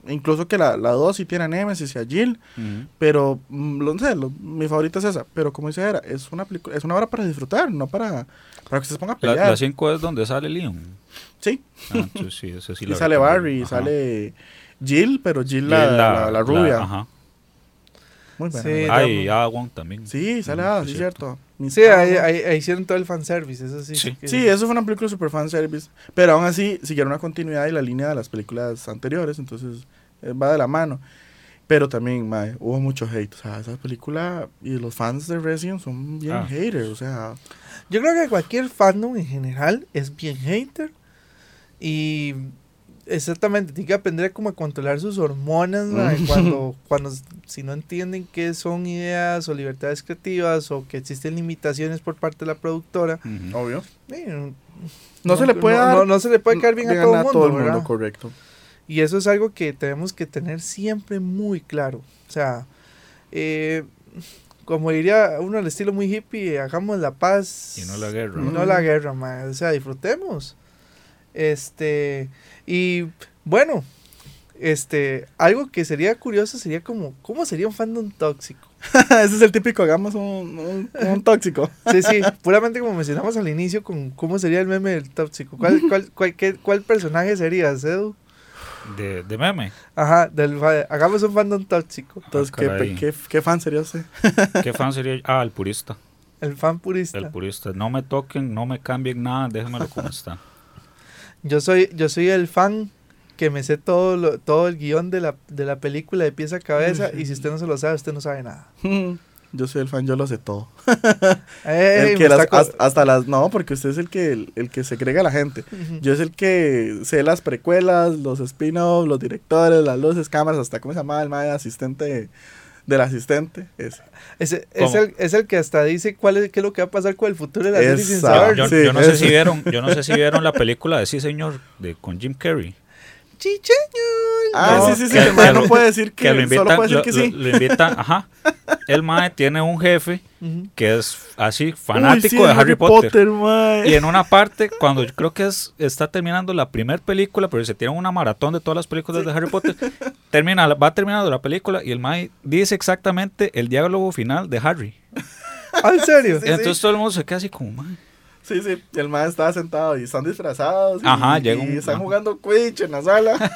Incluso que la, la dos sí tiene a Nemesis y a Jill. Ujú. Pero, mm, no sé, lo- mi favorita es esa. Pero como dice Era, es una película, es una hora para disfrutar, no para, para que se ponga a La, pelear. la cinco es donde sale Leon. Sí, Ah, entonces sí, ese sí y la sale recomiendo. Barry, y Ajá. sale Jill, pero Jill Jill, la, la, la rubia. ajá. Muy buena. Sí, muy buena. Ah, y Awan también. Sí, sale Mm, ah, sí, sí, es cierto. Miss Sí, ahí, Awan. ahí- ahí hicieron todo el fanservice, eso sí. Sí. que- Sí, eso fue una película super fan service. Pero aún así siguieron una continuidad y la línea de las películas anteriores. Entonces eh, va de la mano. Pero también, mae, hubo mucho hate. O sea, esa película y los fans de Resident son bien Ah. haters. O sea, Yo creo que cualquier fandom en general es bien hater. Y exactamente, tiene que aprender como a controlar sus hormonas, mae, cuando, cuando si no entienden que son ideas o libertades creativas o que existen limitaciones por parte de la productora. Ujú. obvio. eh, No, se le puede no, dar. no- no se le puede caer bien, a todo el mundo, ¿verdad? correcto. Y eso es algo que tenemos que tener siempre muy claro. O sea, eh, como diría uno al estilo muy hippie, hagamos la paz Y no la guerra. y no la guerra, mae. O sea, disfrutemos. Este, y bueno, este, algo que sería curioso sería como, ¿cómo sería un fandom tóxico? Ese es el típico, hagamos un, un, un tóxico. Sí, sí, puramente como mencionamos al inicio, con cómo sería el meme del tóxico. ¿Cuál, cuál, cuál, qué- cuál personaje sería, Edu? De, de meme. Ajá, del, fa- hagamos un fandom tóxico. Entonces, Ah, ¿qué, caray. qué, qué fan sería usted? ¿Qué fan sería? Ah, el purista. El fan purista. El purista. No me toquen, no me cambien nada, déjenmelo como está. Yo soy, yo soy el fan que me sé todo lo, todo el guión de la, de la película de pies a cabeza, y si usted no se lo sabe, usted no sabe nada. Yo soy el fan, yo lo sé todo. Ey, El me que las- está co- hasta, hasta las. No, porque usted es el que, el, el que segrega a la gente. Ujú. Yo es el que sé las precuelas, los spin-offs, los directores, las luces, cámaras, hasta cómo se llamaba el mae asistente del asistente. Ese. Ese- es, ¿Cómo? el, es el que hasta dice cuál es, qué es lo que va a pasar con el futuro de la serie sin Esa. saber. Yo, Sí, yo no sé eso. si vieron, yo no sé si vieron la película de Sí Señor de con Jim Carrey. Chicheño. Ah, No, sí, sí, sí. que- El mae que no lo- puede decir que, Que lo solo invitan, puede decir lo, que lo- sí. lo invitan, ajá. El mae tiene un jefe Ujú. que es así fanático Uy, sí, de Harry Potter. mae. Y en una parte, cuando yo creo que es, está terminando la primera película, pero se tiene una maratón de todas las películas de Harry Potter, termina, va terminando la película y el mae dice exactamente el diálogo final de Harry. Ah, ¿en serio? Sí, Entonces sí. todo el mundo se queda así como, mae. Sí, sí. Y el mae estaba sentado y están disfrazados. Y, Ajá, y llega un- están ajá. jugando Quidditch en la sala.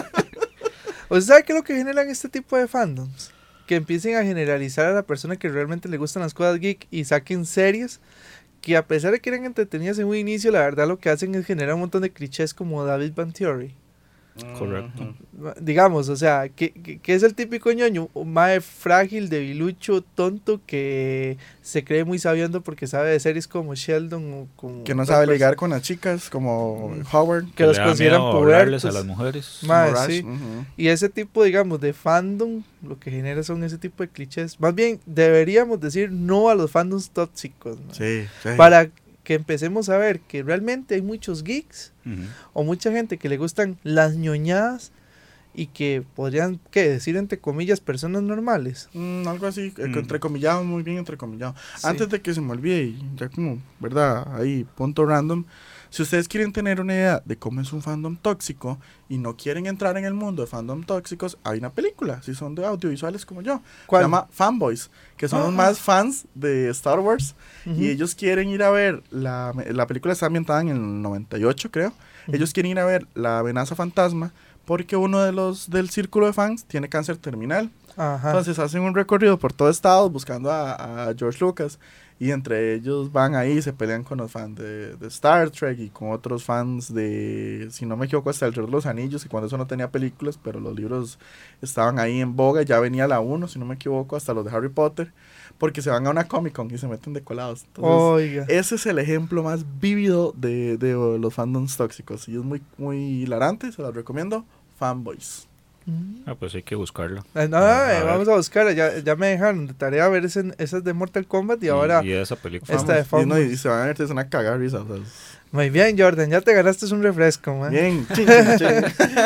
¿O sabe qué es lo que generan este tipo de fandoms? Que empiecen a generalizar a la persona que realmente le gustan las cosas geek y saquen series que, a pesar de que eran entretenidas en un inicio, la verdad lo que hacen es generar un montón de clichés como David Van Theory. Correcto. Digamos, o sea, que, que, que es el típico ñoño, un mae frágil, debilucho, tonto, que se cree muy sabiendo porque sabe de series como Sheldon o como... Que no sabe ligar con las chicas, como Howard. Que los le da consideran miedo hablarles pubertos. a las mujeres. Mae, como Rush, sí. ujú. Y ese tipo, digamos, de fandom, lo que genera son ese tipo de clichés. Más bien, deberíamos decir no a los fandoms tóxicos, mae. Sí, sí. Para que empecemos a ver que realmente hay muchos geeks Ujú. o mucha gente que le gustan las ñoñadas y que podrían, ¿qué decir entre comillas, personas normales? Mm, algo así, eh, Mm. entrecomillado, muy bien entrecomillado. Sí. Antes de que se me olvide, y ya como, ¿verdad? Ahí, punto random. Si ustedes quieren tener una idea de cómo es un fandom tóxico y no quieren entrar en el mundo de fandom tóxicos, hay una película, si son de audiovisuales como yo. ¿Cuál? Se llama Fanboys, que son los Ah. más fans de Star Wars. Ujú. Y ellos quieren ir a ver, la, la película está ambientada en el noventa y ocho, creo. Ujú. Ellos quieren ir a ver La amenaza fantasma porque uno de los del círculo de fans tiene cáncer terminal. Ajá. Entonces hacen un recorrido por todo Estados buscando a, a George Lucas. Y entre ellos van ahí, se pelean con los fans de, de Star Trek y con otros fans de, si no me equivoco, hasta El Señor de los Anillos. Y cuando eso no tenía películas, pero los libros estaban ahí en boga. Ya venía la uno, si no me equivoco, hasta los de Harry Potter. Porque se van a una Comic Con y se meten de colados. Entonces, Oiga. ese es el ejemplo más vívido de, de uh, los fandoms tóxicos. Y es muy, muy hilarante, se los recomiendo. Fanboys. Mm. Ah, pues hay que buscarla. Eh, no, A eh, ver. vamos a buscar, ya, ya me dejaron de tarea ver ese, esas de Mortal Kombat y, Y- ahora... Y, esa película. Esta de Fanboys. Y, no, y Fanboys. se van a ver, es una cagada de risa. o sea, es- Muy bien, Jordan, ya te ganaste un refresco, man. Bien, chin, chin, chin.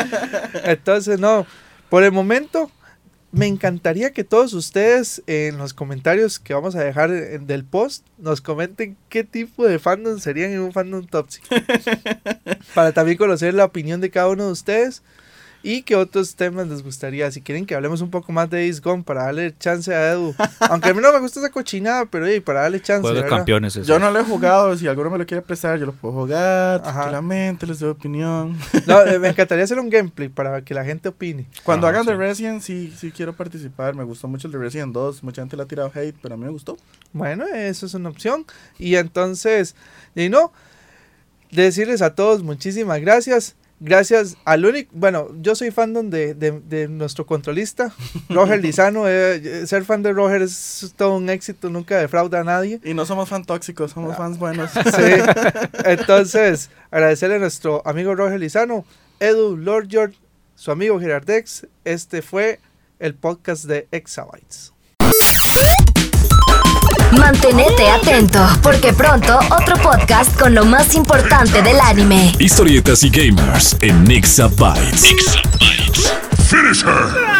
Entonces, no, por el momento, me encantaría que todos ustedes en los comentarios que vamos a dejar en- del post nos comenten qué tipo de fandom serían en un fandom tóxico. Para también conocer la opinión de cada uno de ustedes y qué otros temas les gustaría. Si quieren que hablemos un poco más de Days Gone para darle chance a Edu. Aunque a mí no me gusta esa cochinada, pero hey, para darle chance. Juego de ¿verdad? campeones. Eso. Yo no lo he jugado, si alguno me lo quiere prestar, yo lo puedo jugar Ajá. tranquilamente, les doy opinión. No, eh, me encantaría hacer un gameplay para que la gente opine. Cuando Ah, hagan sí. de Resident, sí, sí quiero participar. Me gustó mucho el de Resident dos. Mucha gente le ha tirado hate, pero a mí me gustó. Bueno, eso es una opción. Y entonces, y no, decirles a todos muchísimas gracias. Gracias al único, bueno, yo soy fandom de, de, de nuestro controlista, Roger Lizano. Eh, ser fan de Roger es todo un éxito, nunca defrauda a nadie. Y no somos fan tóxicos, somos fans buenos. Sí. Entonces, agradecerle a nuestro amigo Roger Lizano, Edu, Lord George, su amigo Gerardex. Este fue el podcast de Exabytes. Mantenete atento, porque pronto otro podcast con lo más importante del anime. Historietas y gamers en Exabytes. Finish her!